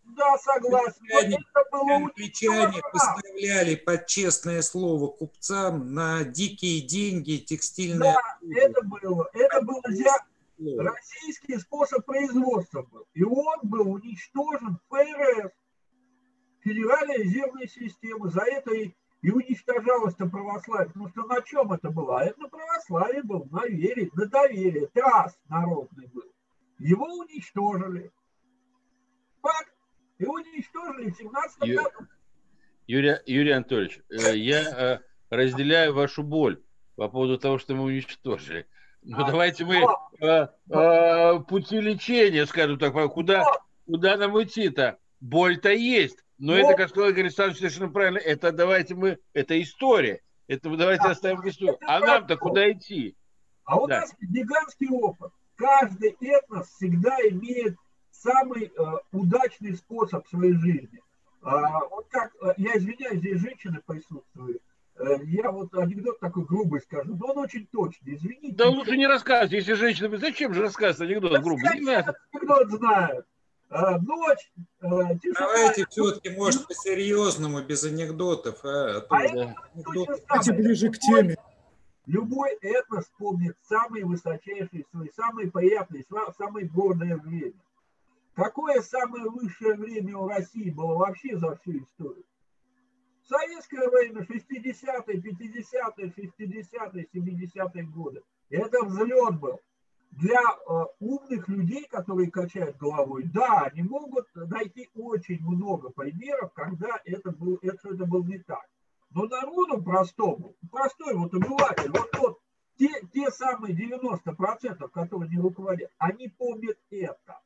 Да, согласен. Англичане поставляли под честное слово купцам на дикие деньги текстильные... Да, это было российский способ производства был. И он был уничтожен ФРС, Федеральной резервной системы. За это и уничтожалось-то православие. Потому что на чем это было? А это на православие был, на вере, на доверие. Трас народный был. Его уничтожили. Факт. Его уничтожили в 17 году. Юрий Анатольевич, я разделяю вашу боль по поводу того, что мы уничтожили. Но давайте мы пути лечения, скажем так, куда нам идти-то? Боль-то есть. Но это, как сказал Игорь Александрович, совершенно правильно. Это давайте это история. Это давайте оставим в историю. А нам-то куда идти? А у нас гигантский опыт. Каждый этнос всегда имеет самый удачный способ своей жизни. Вот как, я извиняюсь, здесь женщины присутствуют. Я вот анекдот такой грубый скажу, но он очень точный, извините. Да лучше не рассказывать, если женщина... Зачем же рассказывать анекдот грубый? Анекдот знают. Ночь, тишина. Давайте все-таки, может, по-серьезному, без анекдотов. Давайте ближе к теме. Любой этнос помнит самые высочайшие свои, самые приятные, самое гордое время. Какое самое высшее время у России было вообще за всю историю? Советское время, 60-е, 50-е, 60-е, 70-е годы. Это взлет был. Для умных людей, которые качают головой, да, они могут найти очень много примеров, когда это был не так. Но народу простому, простой вот обыватель, вот те самые 90%, которые не руководят, они помнят это.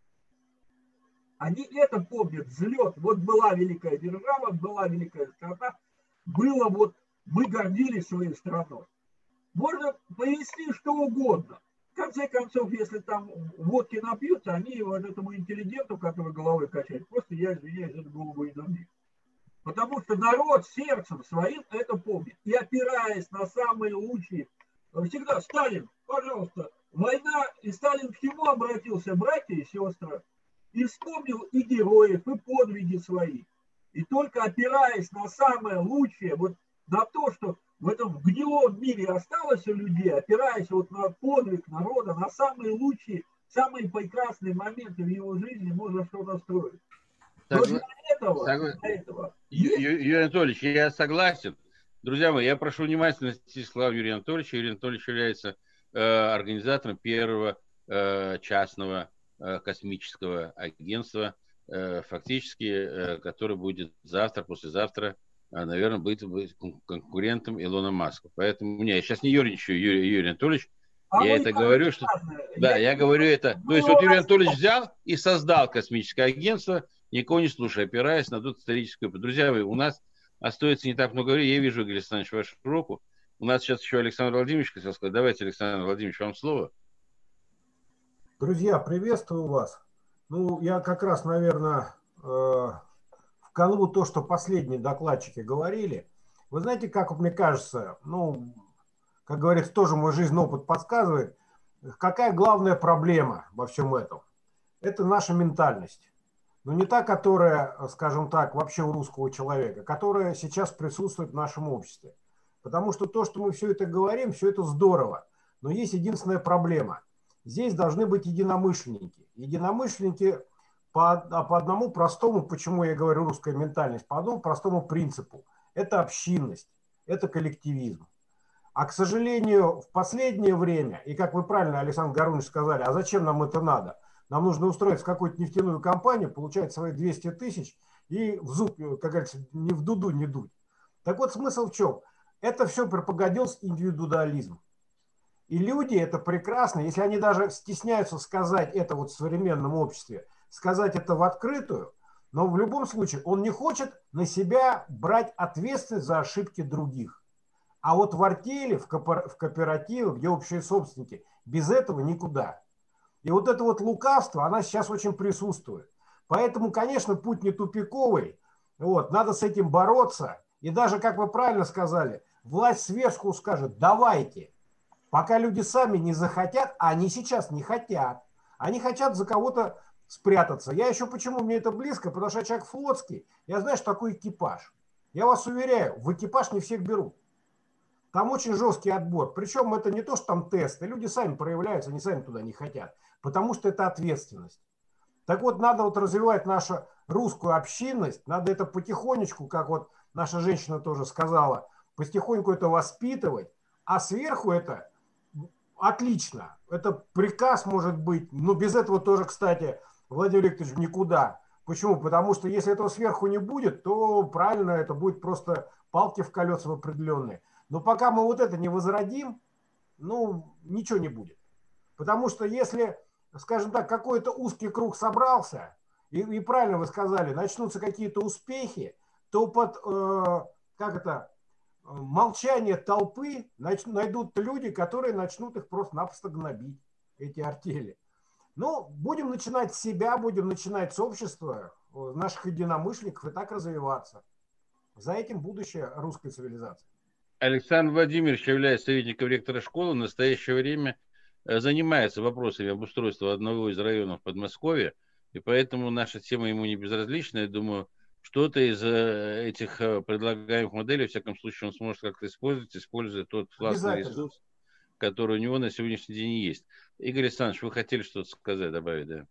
Они это помнят, взлет. Вот была великая держава, была великая страна, было вот, мы гордились своей страной. Можно привести что угодно. В конце концов, если там водки напьются, они вот этому интеллигенту, который головой качает, просто, я извиняюсь, это голову и набьют. Потому что народ сердцем своим это помнит. И опираясь на самые лучшие, всегда Сталин, пожалуйста, война, и Сталин к чему обратился, братья и сестры, и вспомнил и героев, и подвиги свои. И только опираясь на самое лучшее, вот на то, что в этом гнилом мире осталось у людей, опираясь вот на подвиг народа, на самые лучшие, самые прекрасные моменты в его жизни, можно что-то строить. Но для этого Юрий Анатольевич, я согласен. Друзья мои, я прошу внимательности слова Юрия Анатольевича. Юрий Анатольевич является организатором первого частного космического агентства, фактически, который будет завтра, послезавтра, наверное, будет конкурентом Илона Маска. Поэтому я сейчас не ерничаю, Юрий Анатольевич, я это говорю, что... Да, я говорю это. То есть вот Юрий Анатольевич взял и создал космическое агентство, никого не слушая, опираясь на тот исторический опыт. Друзья мои, у нас остается не так много времени. Я вижу, Игорь Александрович, вашу руку. У нас сейчас еще Александр Владимирович хотел сказать. Давайте, Александр Владимирович, вам слово. Друзья, приветствую вас. Ну, я как раз, наверное, в канву то, что последние докладчики говорили. Вы знаете, как мне кажется, ну, как говорится, тоже мой жизненный опыт подсказывает, какая главная проблема во всем этом? Это наша ментальность. Но не та, которая, скажем так, вообще у русского человека, которая сейчас присутствует в нашем обществе. Потому что то, что мы все это говорим, все это здорово. Но есть единственная проблема. Здесь должны быть единомышленники. Единомышленники по одному простому, почему я говорю русская ментальность, по одному простому принципу. Это общинность, это коллективизм. А, к сожалению, в последнее время, и как вы правильно, Александр Гарунович, сказали, а зачем нам это надо? Нам нужно устроиться в какую-то нефтяную компанию, получать свои 200 тысяч и в зуб, как говорится, не в дуду не дуть. Так вот, смысл в чем? Это все пропагандировался индивидуализм. И люди это прекрасно, если они даже стесняются сказать это вот в современном обществе, сказать это в открытую, но в любом случае он не хочет на себя брать ответственность за ошибки других. А вот в артели, в кооперативах, где общие собственники, без этого никуда. И вот это вот лукавство, она сейчас очень присутствует. Поэтому, конечно, путь не тупиковый, вот, надо с этим бороться. И даже, как вы правильно сказали, власть сверху скажет, давайте. Пока люди сами не захотят, а они сейчас не хотят. Они хотят за кого-то спрятаться. Я еще почему мне это близко, потому что я человек флотский, я знаю, что такое экипаж. Я вас уверяю, в экипаж не всех берут. Там очень жесткий отбор. Причем это не то, что там тесты. Люди сами проявляются, они сами туда не хотят. Потому что это ответственность. Так вот, надо вот развивать нашу русскую общинность. Надо это потихонечку, как вот наша женщина тоже сказала, потихоньку это воспитывать. А сверху это отлично. Это приказ может быть. Но без этого тоже, кстати, Владимир Викторович, никуда. Почему? Потому что если этого сверху не будет, то правильно это будет просто палки в колеса определенные. Но пока мы вот это не возродим, ну, ничего не будет. Потому что если, скажем так, какой-то узкий круг собрался, и правильно вы сказали, начнутся какие-то успехи, то под молчание толпы найдут люди, которые начнут их просто-напросто гнобить, эти артели. Ну, будем начинать с себя, будем начинать с общества, наших единомышленников и так развиваться. За этим будущее русской цивилизации. Александр Владимирович, являясь советником ректора школы, в настоящее время занимается вопросами обустройства одного из районов Подмосковья, и поэтому наша тема ему не безразлична. Я думаю, что-то из этих предлагаемых моделей, во всяком случае, он сможет как-то использовать, используя тот классный ресурс, который у него на сегодняшний день есть. Игорь Александрович, вы хотели что-то сказать, добавить, да?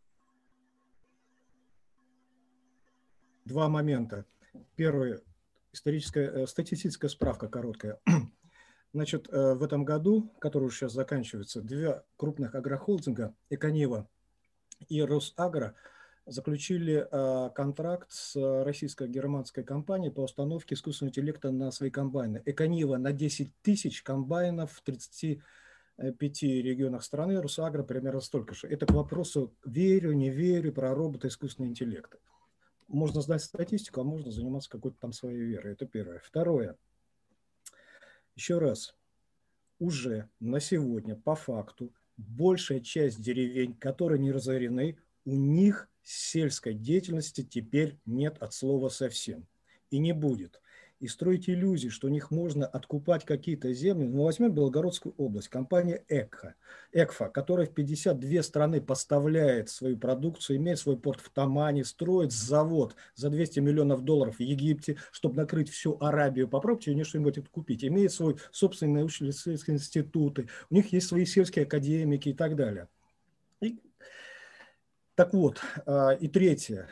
Два момента. Первый. Статистическая справка короткая. Значит, в этом году, который уже сейчас заканчивается, два крупных агрохолдинга, Эконива и Росагро, заключили контракт с российско-германской компанией по установке искусственного интеллекта на свои комбайны. Эконива на 10 тысяч комбайнов в 35 регионах страны, Росагро примерно столько же. Это к вопросу верю, не верю про робота искусственного интеллекта. Можно знать статистику, а можно заниматься какой-то там своей верой. Это первое. Второе. Еще раз. Уже на сегодня, по факту, большая часть деревень, которые не разорены, у них сельской деятельности теперь нет от слова совсем. И не будет. И строить иллюзии, что у них можно откупать какие-то земли. Ну, возьмем Белгородскую область, компания ЭКФА, которая в 52 страны поставляет свою продукцию, имеет свой порт в Тамане, строит завод за 200 миллионов долларов в Египте, чтобы накрыть всю Арабию. Попробуйте у них что-нибудь купить. Имеет свой собственный научно-исследовательские институты, у них есть свои сельские академики и так далее. Так вот, и третье.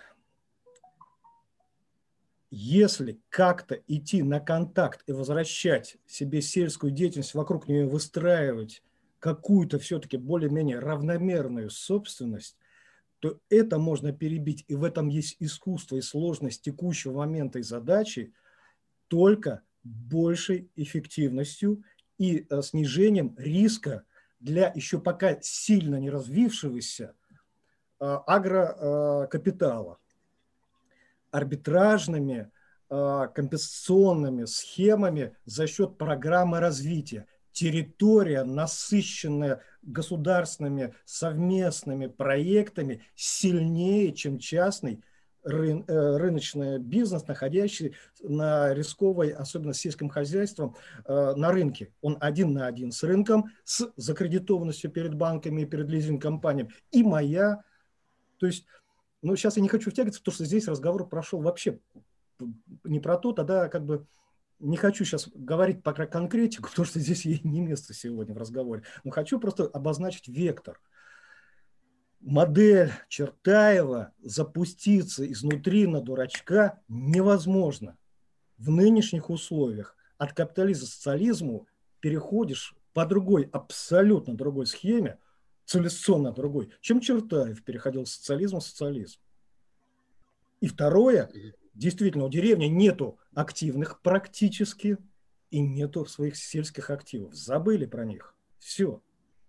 Если как-то идти на контакт и возвращать себе сельскую деятельность, вокруг нее выстраивать какую-то все-таки более-менее равномерную собственность, то это можно перебить. И в этом есть искусство и сложность текущего момента и задачи только большей эффективностью и снижением риска для еще пока сильно не развившегося агрокапитала. Арбитражными компенсационными схемами за счет программы развития. Территория, насыщенная государственными совместными проектами, сильнее, чем частный рыночный бизнес, находящийся на рисковой, особенно сельским хозяйством, на рынке. Он один на один с рынком, с закредитованностью перед банками и перед лизинг-компаниями. И моя, то есть, ну, сейчас я не хочу втягиваться, потому что здесь разговор прошел вообще не про то, тогда как бы не хочу сейчас говорить про конкретику, потому что здесь ей не место сегодня в разговоре, но хочу просто обозначить вектор. Модель Чертаева запуститься изнутри на дурачка невозможно. В нынешних условиях от капитализма к социализму переходишь по другой, абсолютно другой схеме, цивилизационно другой, чем Чертаев переходил с социализма в социализм. И второе, действительно, у деревни нету активных практически и нету своих сельских активов. Забыли про них. Все.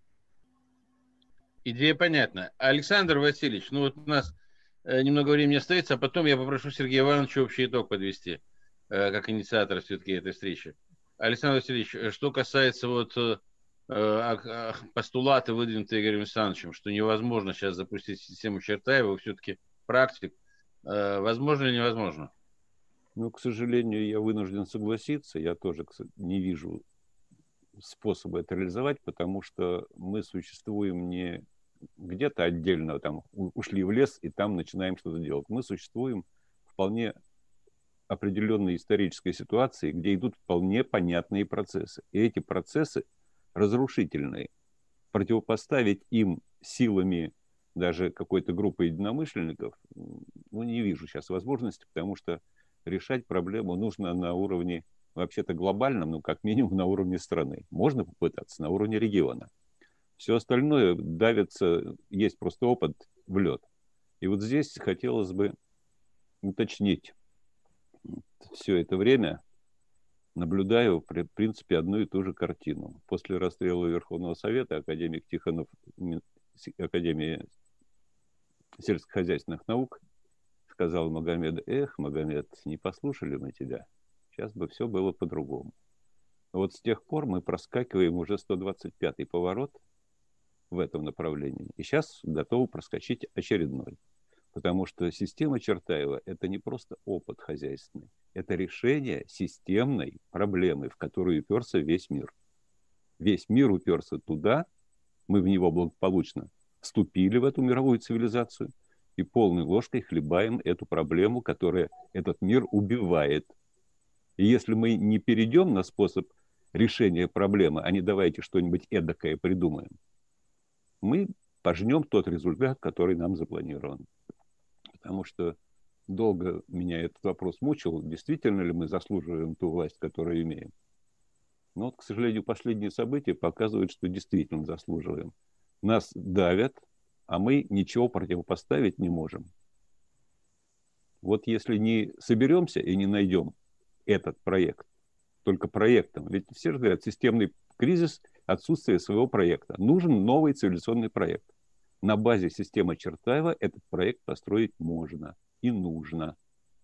Идея понятна. Александр Васильевич, ну вот у нас немного времени остается, а потом я попрошу Сергея Ивановича общий итог подвести, как инициатора все-таки этой встречи. Александр Васильевич, что касается вот постулаты, выдвинутые Игорем Александровичем, что невозможно сейчас запустить систему Чертаева, все-таки практик, возможно или невозможно? Ну, к сожалению, я вынужден согласиться. Я тоже не вижу способа это реализовать, потому что мы существуем не где-то отдельно там ушли в лес и там начинаем что-то делать. Мы существуем вполне определенной исторической ситуации, где идут вполне понятные процессы. И эти процессы разрушительные. Противопоставить им силами даже какой-то группы единомышленников, ну, не вижу сейчас возможности, потому что решать проблему нужно на уровне, вообще-то глобальном, ну, как минимум на уровне страны. Можно попытаться на уровне региона. Все остальное давится, есть просто опыт в лед. И вот здесь хотелось бы уточнить. Все это время наблюдаю, в принципе, одну и ту же картину. После расстрела Верховного Совета академик Тихонов, Академии сельскохозяйственных наук, сказал Магомеду: эх, Магомед, не послушали мы тебя, сейчас бы все было по-другому. Вот с тех пор мы проскакиваем уже 125-й поворот в этом направлении, и сейчас готовы проскочить очередной. Потому что система Чертаева – это не просто опыт хозяйственный, это решение системной проблемы, в которую уперся весь мир. Весь мир уперся туда, мы в него благополучно вступили, в эту мировую цивилизацию, и полной ложкой хлебаем эту проблему, которая этот мир убивает. И если мы не перейдем на способ решения проблемы, а не давайте что-нибудь эдакое придумаем, мы пожнем тот результат, который нам запланирован. Потому что долго меня этот вопрос мучил, действительно ли мы заслуживаем ту власть, которую имеем. Но вот, к сожалению, последние события показывают, что действительно заслуживаем. Нас давят, а мы ничего противопоставить не можем. Вот если не соберемся и не найдем этот проект, только проектом, ведь все же говорят, системный кризис, отсутствие своего проекта. Нужен новый цивилизационный проект. На базе системы Чертаева этот проект построить можно и нужно.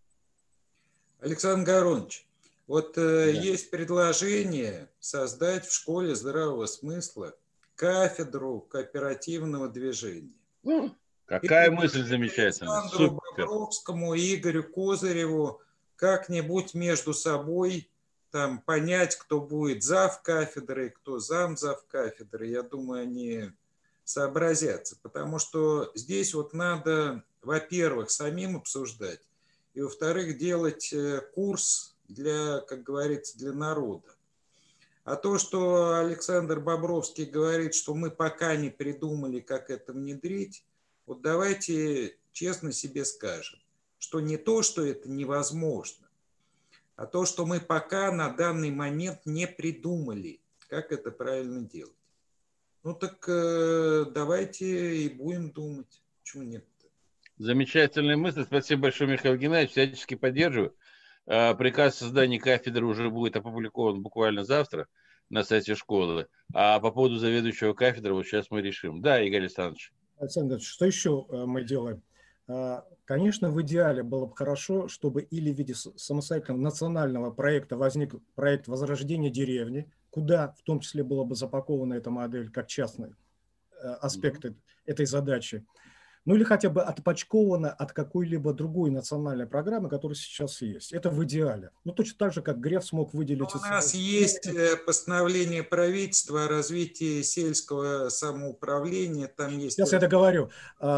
Александр Гаронович, вот есть предложение создать в школе здравого смысла кафедру кооперативного движения. Какая мысль замечательная. Александру Бобровскому и Игорю Козыреву как-нибудь между собой там понять, кто будет зав кафедры, кто зам зав кафедры. Я думаю, они сообразятся, потому что здесь вот надо, во-первых, самим обсуждать, и, во-вторых, делать курс для, как говорится, для народа. А то, что Александр Бобровский говорит, что мы пока не придумали, как это внедрить, вот давайте честно себе скажем, что не то, что это невозможно, а то, что мы пока на данный момент не придумали, как это правильно делать. Ну так давайте и будем думать. Почему нет-то? Замечательная мысль. Спасибо большое, Михаил Геннадьевич. Всячески поддерживаю. Приказ о создании кафедры уже будет опубликован буквально завтра на сайте школы. А по поводу заведующего кафедры вот сейчас мы решим. Да, Игорь Александрович. Александр Ильич, что еще мы делаем? Конечно, в идеале было бы хорошо, чтобы или в виде самостоятельного национального проекта возник проект возрождения деревни, куда в том числе была бы запакована эта модель как частный аспект этой задачи. Ну или хотя бы отпочкована от какой-либо другой национальной программы, которая сейчас есть. Это в идеале. Ну точно так же, как Греф смог выделить... У нас есть постановление правительства о развитии сельского самоуправления. Там есть... Сейчас я договорю.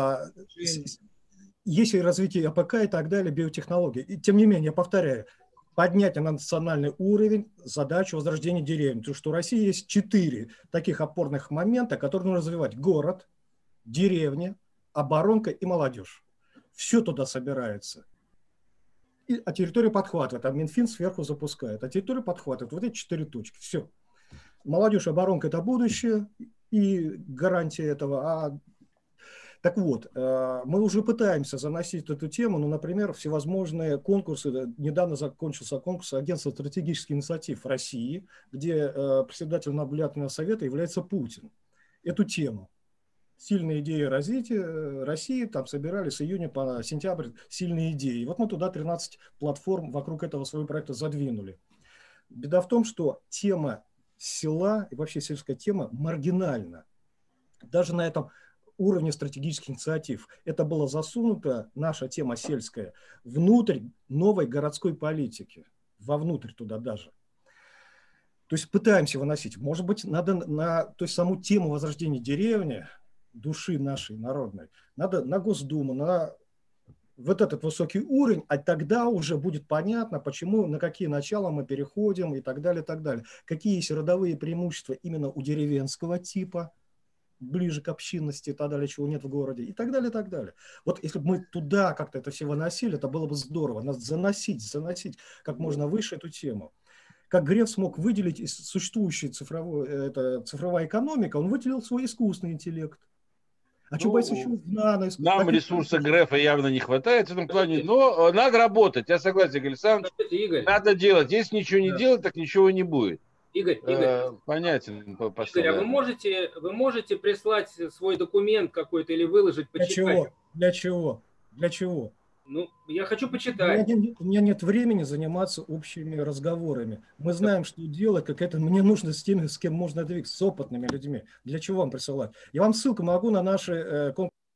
Есть и развитие АПК и так далее, биотехнологии. И, тем не менее, я повторяю, поднять на национальный уровень задачу возрождения деревни. Потому что у России есть 4 таких опорных момента, которые нужно развивать. Город, деревня, оборонка и молодежь. Все туда собирается. А территория подхватывает. А Минфин сверху запускает. А территория подхватывает. Вот эти 4 точки. Все. Молодежь, оборонка – это будущее и гарантия этого. Так вот, мы уже пытаемся заносить эту тему, ну, например, всевозможные конкурсы. Недавно закончился конкурс Агентства стратегических инициатив России, где председателем наблюдательного совета является Путин. Эту тему. Сильные идеи развития России, там собирали с июня по сентябрь сильные идеи. И вот мы туда 13 платформ вокруг этого своего проекта задвинули. Беда в том, что тема села и вообще сельская тема маргинальна. Даже на этом уровне стратегических инициатив. Это было засунуто, наша тема сельская, внутрь новой городской политики. Вовнутрь туда даже. То есть пытаемся выносить. Может быть, надо на саму тему возрождения деревни души нашей народной. Надо на Госдуму, на вот этот высокий уровень, а тогда уже будет понятно, почему, на какие начала мы переходим и так далее, и так далее. Какие есть родовые преимущества именно у деревенского типа, ближе к общинности и так далее, чего нет в городе, и так далее, и так далее. Вот если бы мы туда как-то это все выносили, это было бы здорово. Надо заносить как можно выше эту тему. Как Греф смог выделить из существующей цифровая экономика, он выделил свой искусственный интеллект. А что боится еще нам ресурса Грефа явно не хватает в этом плане, но надо работать. Я согласен, Игорь Александрович. Игорь. Надо делать. Если ничего не делать, так ничего не будет. Игорь, понятен. Игорь, а вы можете прислать свой документ какой-то или выложить, почитать? Для чего? Для чего? Ну, я хочу почитать. У меня нет времени заниматься общими разговорами. Мы знаем, что делать, как это мне нужно с теми, с кем можно двигаться, с опытными людьми. Для чего вам присылать? Я вам ссылку могу на наши...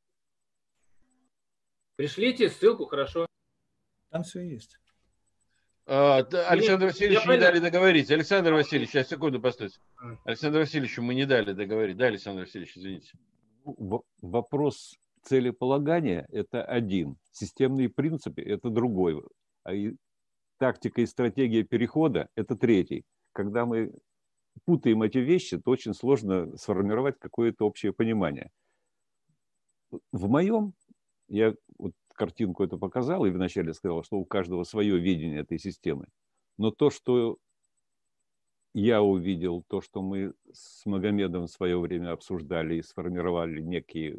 Пришлите ссылку, хорошо. Там все есть. Александр Васильевич не дали договорить. Александр Васильевич, сейчас, секунду, постойте. Александру Васильевичу мы не дали договорить. Да, Александр Васильевич, извините. Вопрос целеполагания – это один. Системные принципы – это другой. А и тактика и стратегия перехода – это третий. Когда мы путаем эти вещи, то очень сложно сформировать какое-то общее понимание. В моем, я вот картинку эту показал и вначале сказал, что у каждого свое видение этой системы. Но то, что я увидел, то, что мы с Магомедом в свое время обсуждали и сформировали некие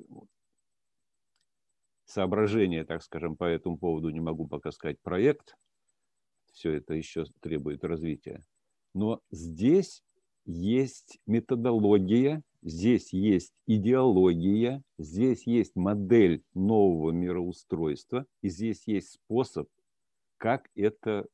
соображения, так скажем, по этому поводу, не могу пока сказать проект, все это еще требует развития. Но здесь есть методология, здесь есть идеология, здесь есть модель нового мироустройства, и здесь есть способ, как это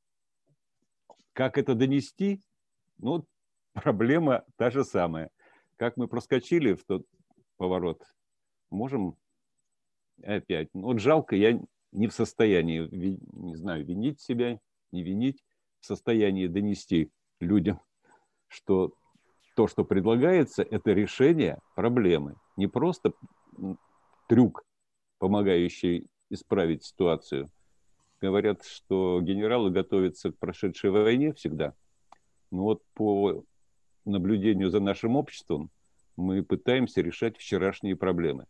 донести. Ну, проблема та же самая. Как мы проскочили в тот поворот, можем опять. Вот жалко, я не в состоянии, не знаю, винить себя, не винить, в состоянии донести людям, что то, что предлагается, это решение проблемы. Не просто трюк, помогающий исправить ситуацию. Говорят, что генералы готовятся к прошедшей войне всегда. Но вот по наблюдению за нашим обществом мы пытаемся решать вчерашние проблемы.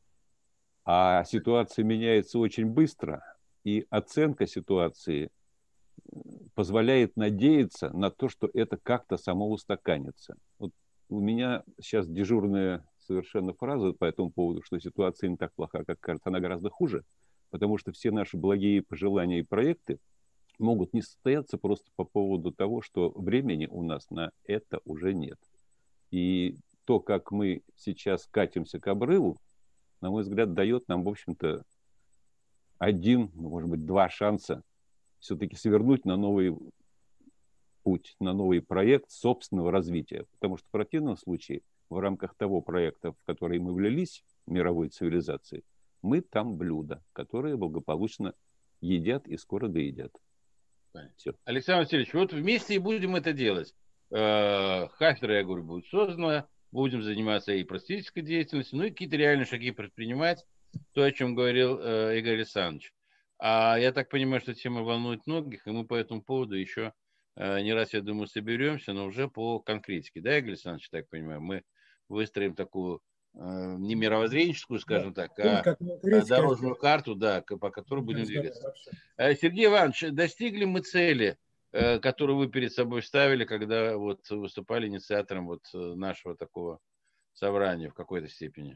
А ситуация меняется очень быстро, и оценка ситуации позволяет надеяться на то, что это как-то само устаканится. Вот у меня сейчас дежурная совершенно фраза по этому поводу, что ситуация не так плоха, как кажется, она гораздо хуже, потому что все наши благие пожелания и проекты могут не состояться просто по поводу того, что времени у нас на это уже нет. И то, как мы сейчас катимся к обрыву, на мой взгляд, дает нам, в общем-то, один, может быть, два шанса все-таки свернуть на новый путь, на новый проект собственного развития. Потому что в противном случае, в рамках того проекта, в который мы влились, мировой цивилизации, мы там блюда, которые благополучно едят и скоро доедят. Все. Александр Васильевич, вот вместе и будем это делать. Кафедра, я говорю, будет создана, будем заниматься и просветительской деятельностью, ну и какие-то реальные шаги предпринимать, то, о чем говорил Игорь Александрович. А я так понимаю, что тема волнует многих, и мы по этому поводу еще не раз, я думаю, соберемся, но уже по конкретике. Да, Игорь Александрович, так понимаю, мы выстроим такую не мировоззренческую, скажем так, а дорожную карту, да, по которой будем двигаться. Сергей Иванович, достигли мы цели, которую вы перед собой ставили, когда вот выступали инициатором вот нашего такого собрания в какой-то степени?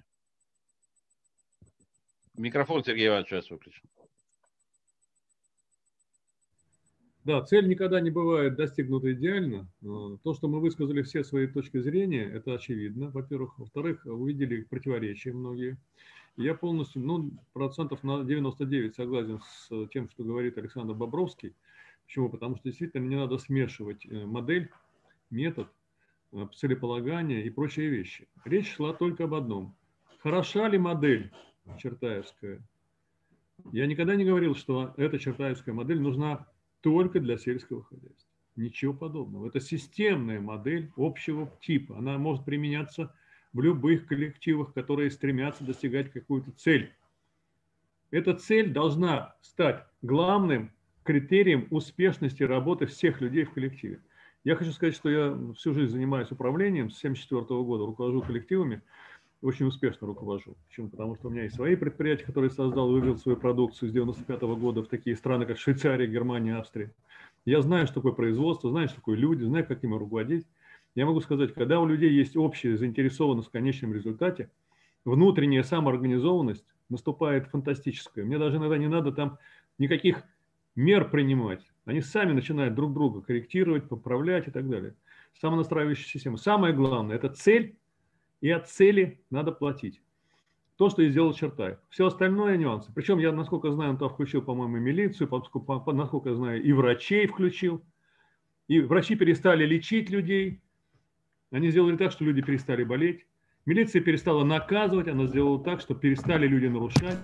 Микрофон, Сергей Иванович, у вас выключен. Да, цель никогда не бывает достигнута идеально. То, что мы высказали все свои точки зрения, это очевидно, во-первых. Во-вторых, увидели противоречия многие. Я полностью, процентов на 99 согласен с тем, что говорит Александр Бобровский. Почему? Потому что действительно не надо смешивать модель, метод, целеполагание и прочие вещи. Речь шла только об одном. Хороша ли модель чертаевская? Я никогда не говорил, что эта чертаевская модель нужна только для сельского хозяйства. Ничего подобного. Это системная модель общего типа. Она может применяться в любых коллективах, которые стремятся достигать какую-то цель. Эта цель должна стать главным критерием успешности работы всех людей в коллективе. Я хочу сказать, что я всю жизнь занимаюсь управлением, с 1974 года руковожу коллективами, очень успешно руковожу. Почему? Потому что у меня есть свои предприятия, которые создал и вывел свою продукцию с 1995 года в такие страны, как Швейцария, Германия, Австрия. Я знаю, что такое производство, знаю, что такое люди, знаю, как им руководить. Я могу сказать, когда у людей есть общая заинтересованность в конечном результате, внутренняя самоорганизованность наступает фантастическая. Мне даже иногда не надо там никаких мер принимать. Они сами начинают друг друга корректировать, поправлять и так далее. Самонастраивающая система. Самое главное – это цель, и от цели надо платить. То, что и сделал Чертаев. Все остальное нюансы. Причем я, насколько знаю, он туда включил, по-моему, и милицию, насколько я знаю, и врачей включил. И врачи перестали лечить людей. Они сделали так, что люди перестали болеть. Милиция перестала наказывать, она сделала так, что перестали люди нарушать.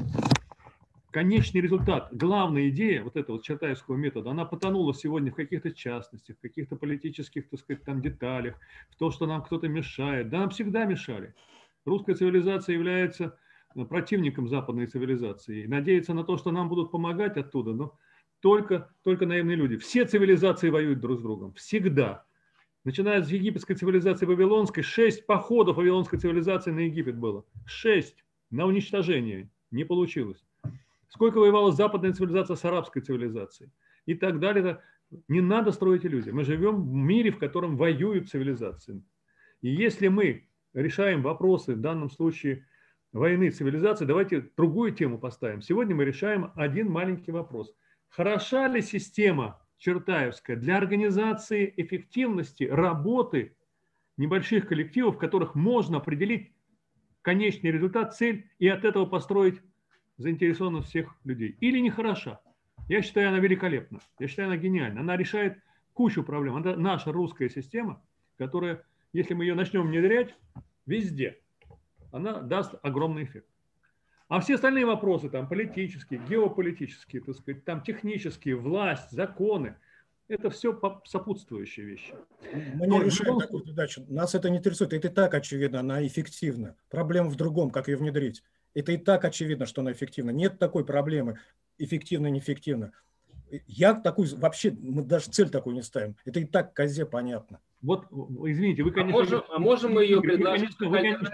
Конечный результат, главная идея вот этого чертаевского метода, она потонула сегодня в каких-то частностях, в каких-то политических, так сказать, там деталях, в том, что нам кто-то мешает. Да, нам всегда мешали. Русская цивилизация является противником западной цивилизации. И надеяться на то, что нам будут помогать оттуда, но только наивные люди. Все цивилизации воюют друг с другом. Всегда. Начиная с египетской цивилизации вавилонской, 6 походов вавилонской цивилизации на Египет было. 6 на уничтожение. Не получилось. Сколько воевала западная цивилизация с арабской цивилизацией. И так далее. Не надо строить иллюзии. Мы живем в мире, в котором воюют цивилизации. И если мы решаем вопросы, в данном случае войны цивилизации, давайте другую тему поставим. Сегодня мы решаем один маленький вопрос. Хороша ли система чертаевская для организации эффективности работы небольших коллективов, в которых можно определить конечный результат, цель, и от этого построить заинтересованность всех людей? Или не хороша? Я считаю, она великолепна. Я считаю, она гениальна. Она решает кучу проблем. Это наша русская система, которая, если мы ее начнем внедрять везде, она даст огромный эффект. А все остальные вопросы, там политические, геополитические, так сказать, там технические, власть, законы, это все сопутствующие вещи. Мы не решаем такую задачу. Нас это не интересует. Это и так очевидно, она эффективна. Проблема в другом, как ее внедрить. Это и так очевидно, что она эффективна. Нет такой проблемы, эффективно, неэффективно. Я такую, вообще, мы даже цель такую не ставим. Это и так козе понятно. Вот, извините, вы, конечно... можем мы ее предложить? Вы, конечно,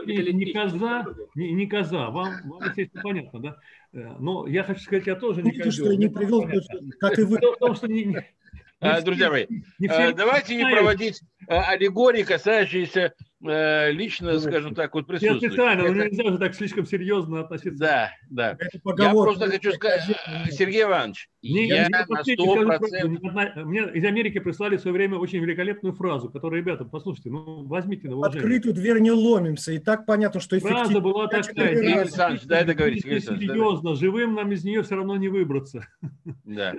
не коза. Вам, естественно, понятно, да? Но я хочу сказать, я тоже не козел. Что я не привел, как и вы. В том, что друзья мои, давайте не проводить аллегории, касающиеся лично, скажем так, вот присутствующих. Я специально, но нельзя же так слишком серьезно относиться. Да, да. Я просто хочу сказать, Сергей Иванович, я на 100%... Мне из Америки прислали в свое время очень великолепную фразу, которую, ребята, послушайте, ну возьмите на уважение. Открытую дверь не ломимся, и так понятно, что эффективно. Фраза была такая. Сергей Александрович, дай договорить. Серьезно, живым нам из нее все равно не выбраться. Да.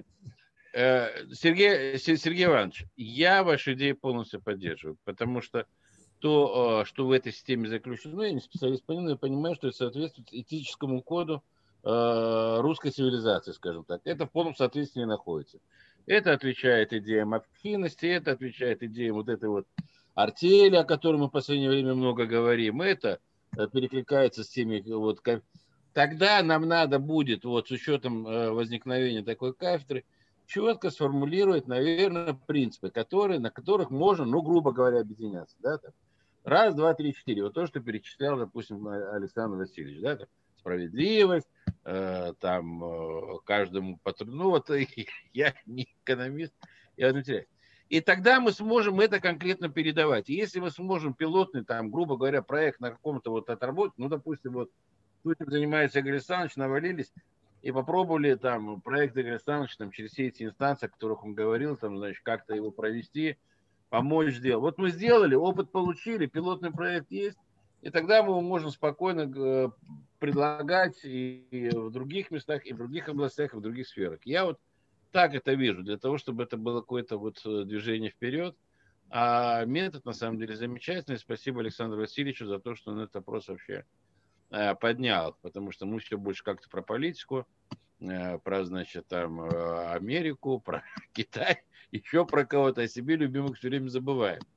Сергей Иванович, я вашу идею полностью поддерживаю, потому что то, что в этой системе заключено, ну, я не специалист по нему, я понимаю, что это соответствует этическому коду русской цивилизации, скажем так. Это в полном соответствии находится. Это отвечает идеям общинности, это отвечает идеям вот этой вот артели, о которой мы в последнее время много говорим. Это перекликается с теми вот... Тогда нам надо будет, вот с учетом возникновения такой кафедры, четко сформулировать, наверное, принципы, на которых можно, ну, грубо говоря, объединяться. Да, там. Раз, два, три, четыре. Вот то, что перечислял, допустим, Александр Васильевич. Да, там. Справедливость, там, каждому патрону. Ну, вот я не экономист, я материалист. И тогда мы сможем это конкретно передавать. И если мы сможем пилотный, там, грубо говоря, проект на каком-то вот отработать, ну, допустим, вот этим занимается Игорь Александрович, навалились, и попробовали там проект Игоря Александровича там, через все эти инстанции, о которых он говорил, там, значит, как-то его провести, помочь сделать. Вот мы сделали, опыт получили, пилотный проект есть, и тогда мы его можем спокойно предлагать и в других местах, и в других областях, и в других сферах. Я вот так это вижу, для того, чтобы это было какое-то вот движение вперед. А метод, на самом деле, замечательный. Спасибо Александру Васильевичу за то, что он этот вопрос вообще поднял, потому что мы все больше как-то про политику, про, значит, там, Америку, про Китай, еще про кого-то, о себе любимых все время забываем.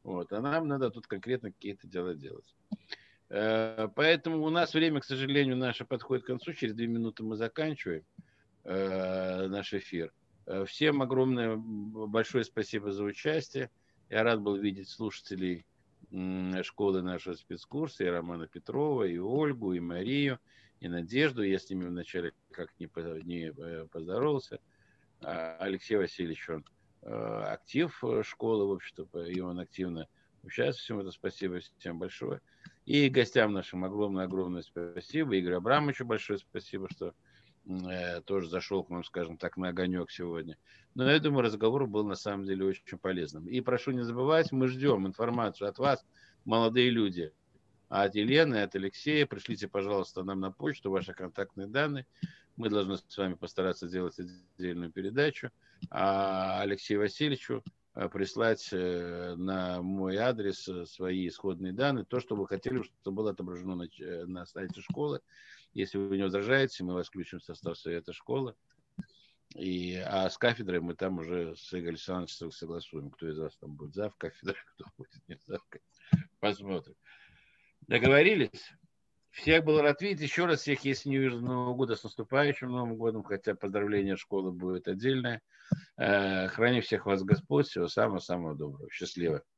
Вот, а нам надо тут конкретно какие-то дела делать. Поэтому у нас время, к сожалению, наше подходит к концу. Через 2 минуты мы заканчиваем наш эфир. Всем огромное, большое спасибо за участие. Я рад был видеть слушателей школы нашего спецкурса, и Романа Петрова, и Ольгу, и Марию, и Надежду. Я с ними вначале как не поздоровался. Алексей Васильевич, он актив школы, в общем-то, и он активно участвует. Всем это спасибо всем большое. И гостям нашим огромное спасибо. Игорю Абрамовичу большое спасибо, что тоже зашел к нам, скажем так, на огонек сегодня. Но я думаю, разговор был на самом деле очень полезным. И прошу не забывать, мы ждем информацию от вас, молодые люди, от Елены, от Алексея. Пришлите, пожалуйста, нам на почту ваши контактные данные. Мы должны с вами постараться сделать отдельную передачу. А Алексею Васильевичу прислать на мой адрес свои исходные данные, то, что вы хотели, чтобы было отображено на сайте школы. Если вы не возражаете, мы вас включим в состав совета школы. А с кафедрой мы там уже с Игорем Александровичем согласуем, кто из вас там будет зав кафедры, кто будет не зав кафедры. Посмотрим. Договорились? Всех был рад видеть. Еще раз всех, если не вижу, Нового года, с наступающим Новым годом, хотя поздравление школы будет отдельное. Храни всех вас Господь. Всего самого-самого доброго. Счастливо.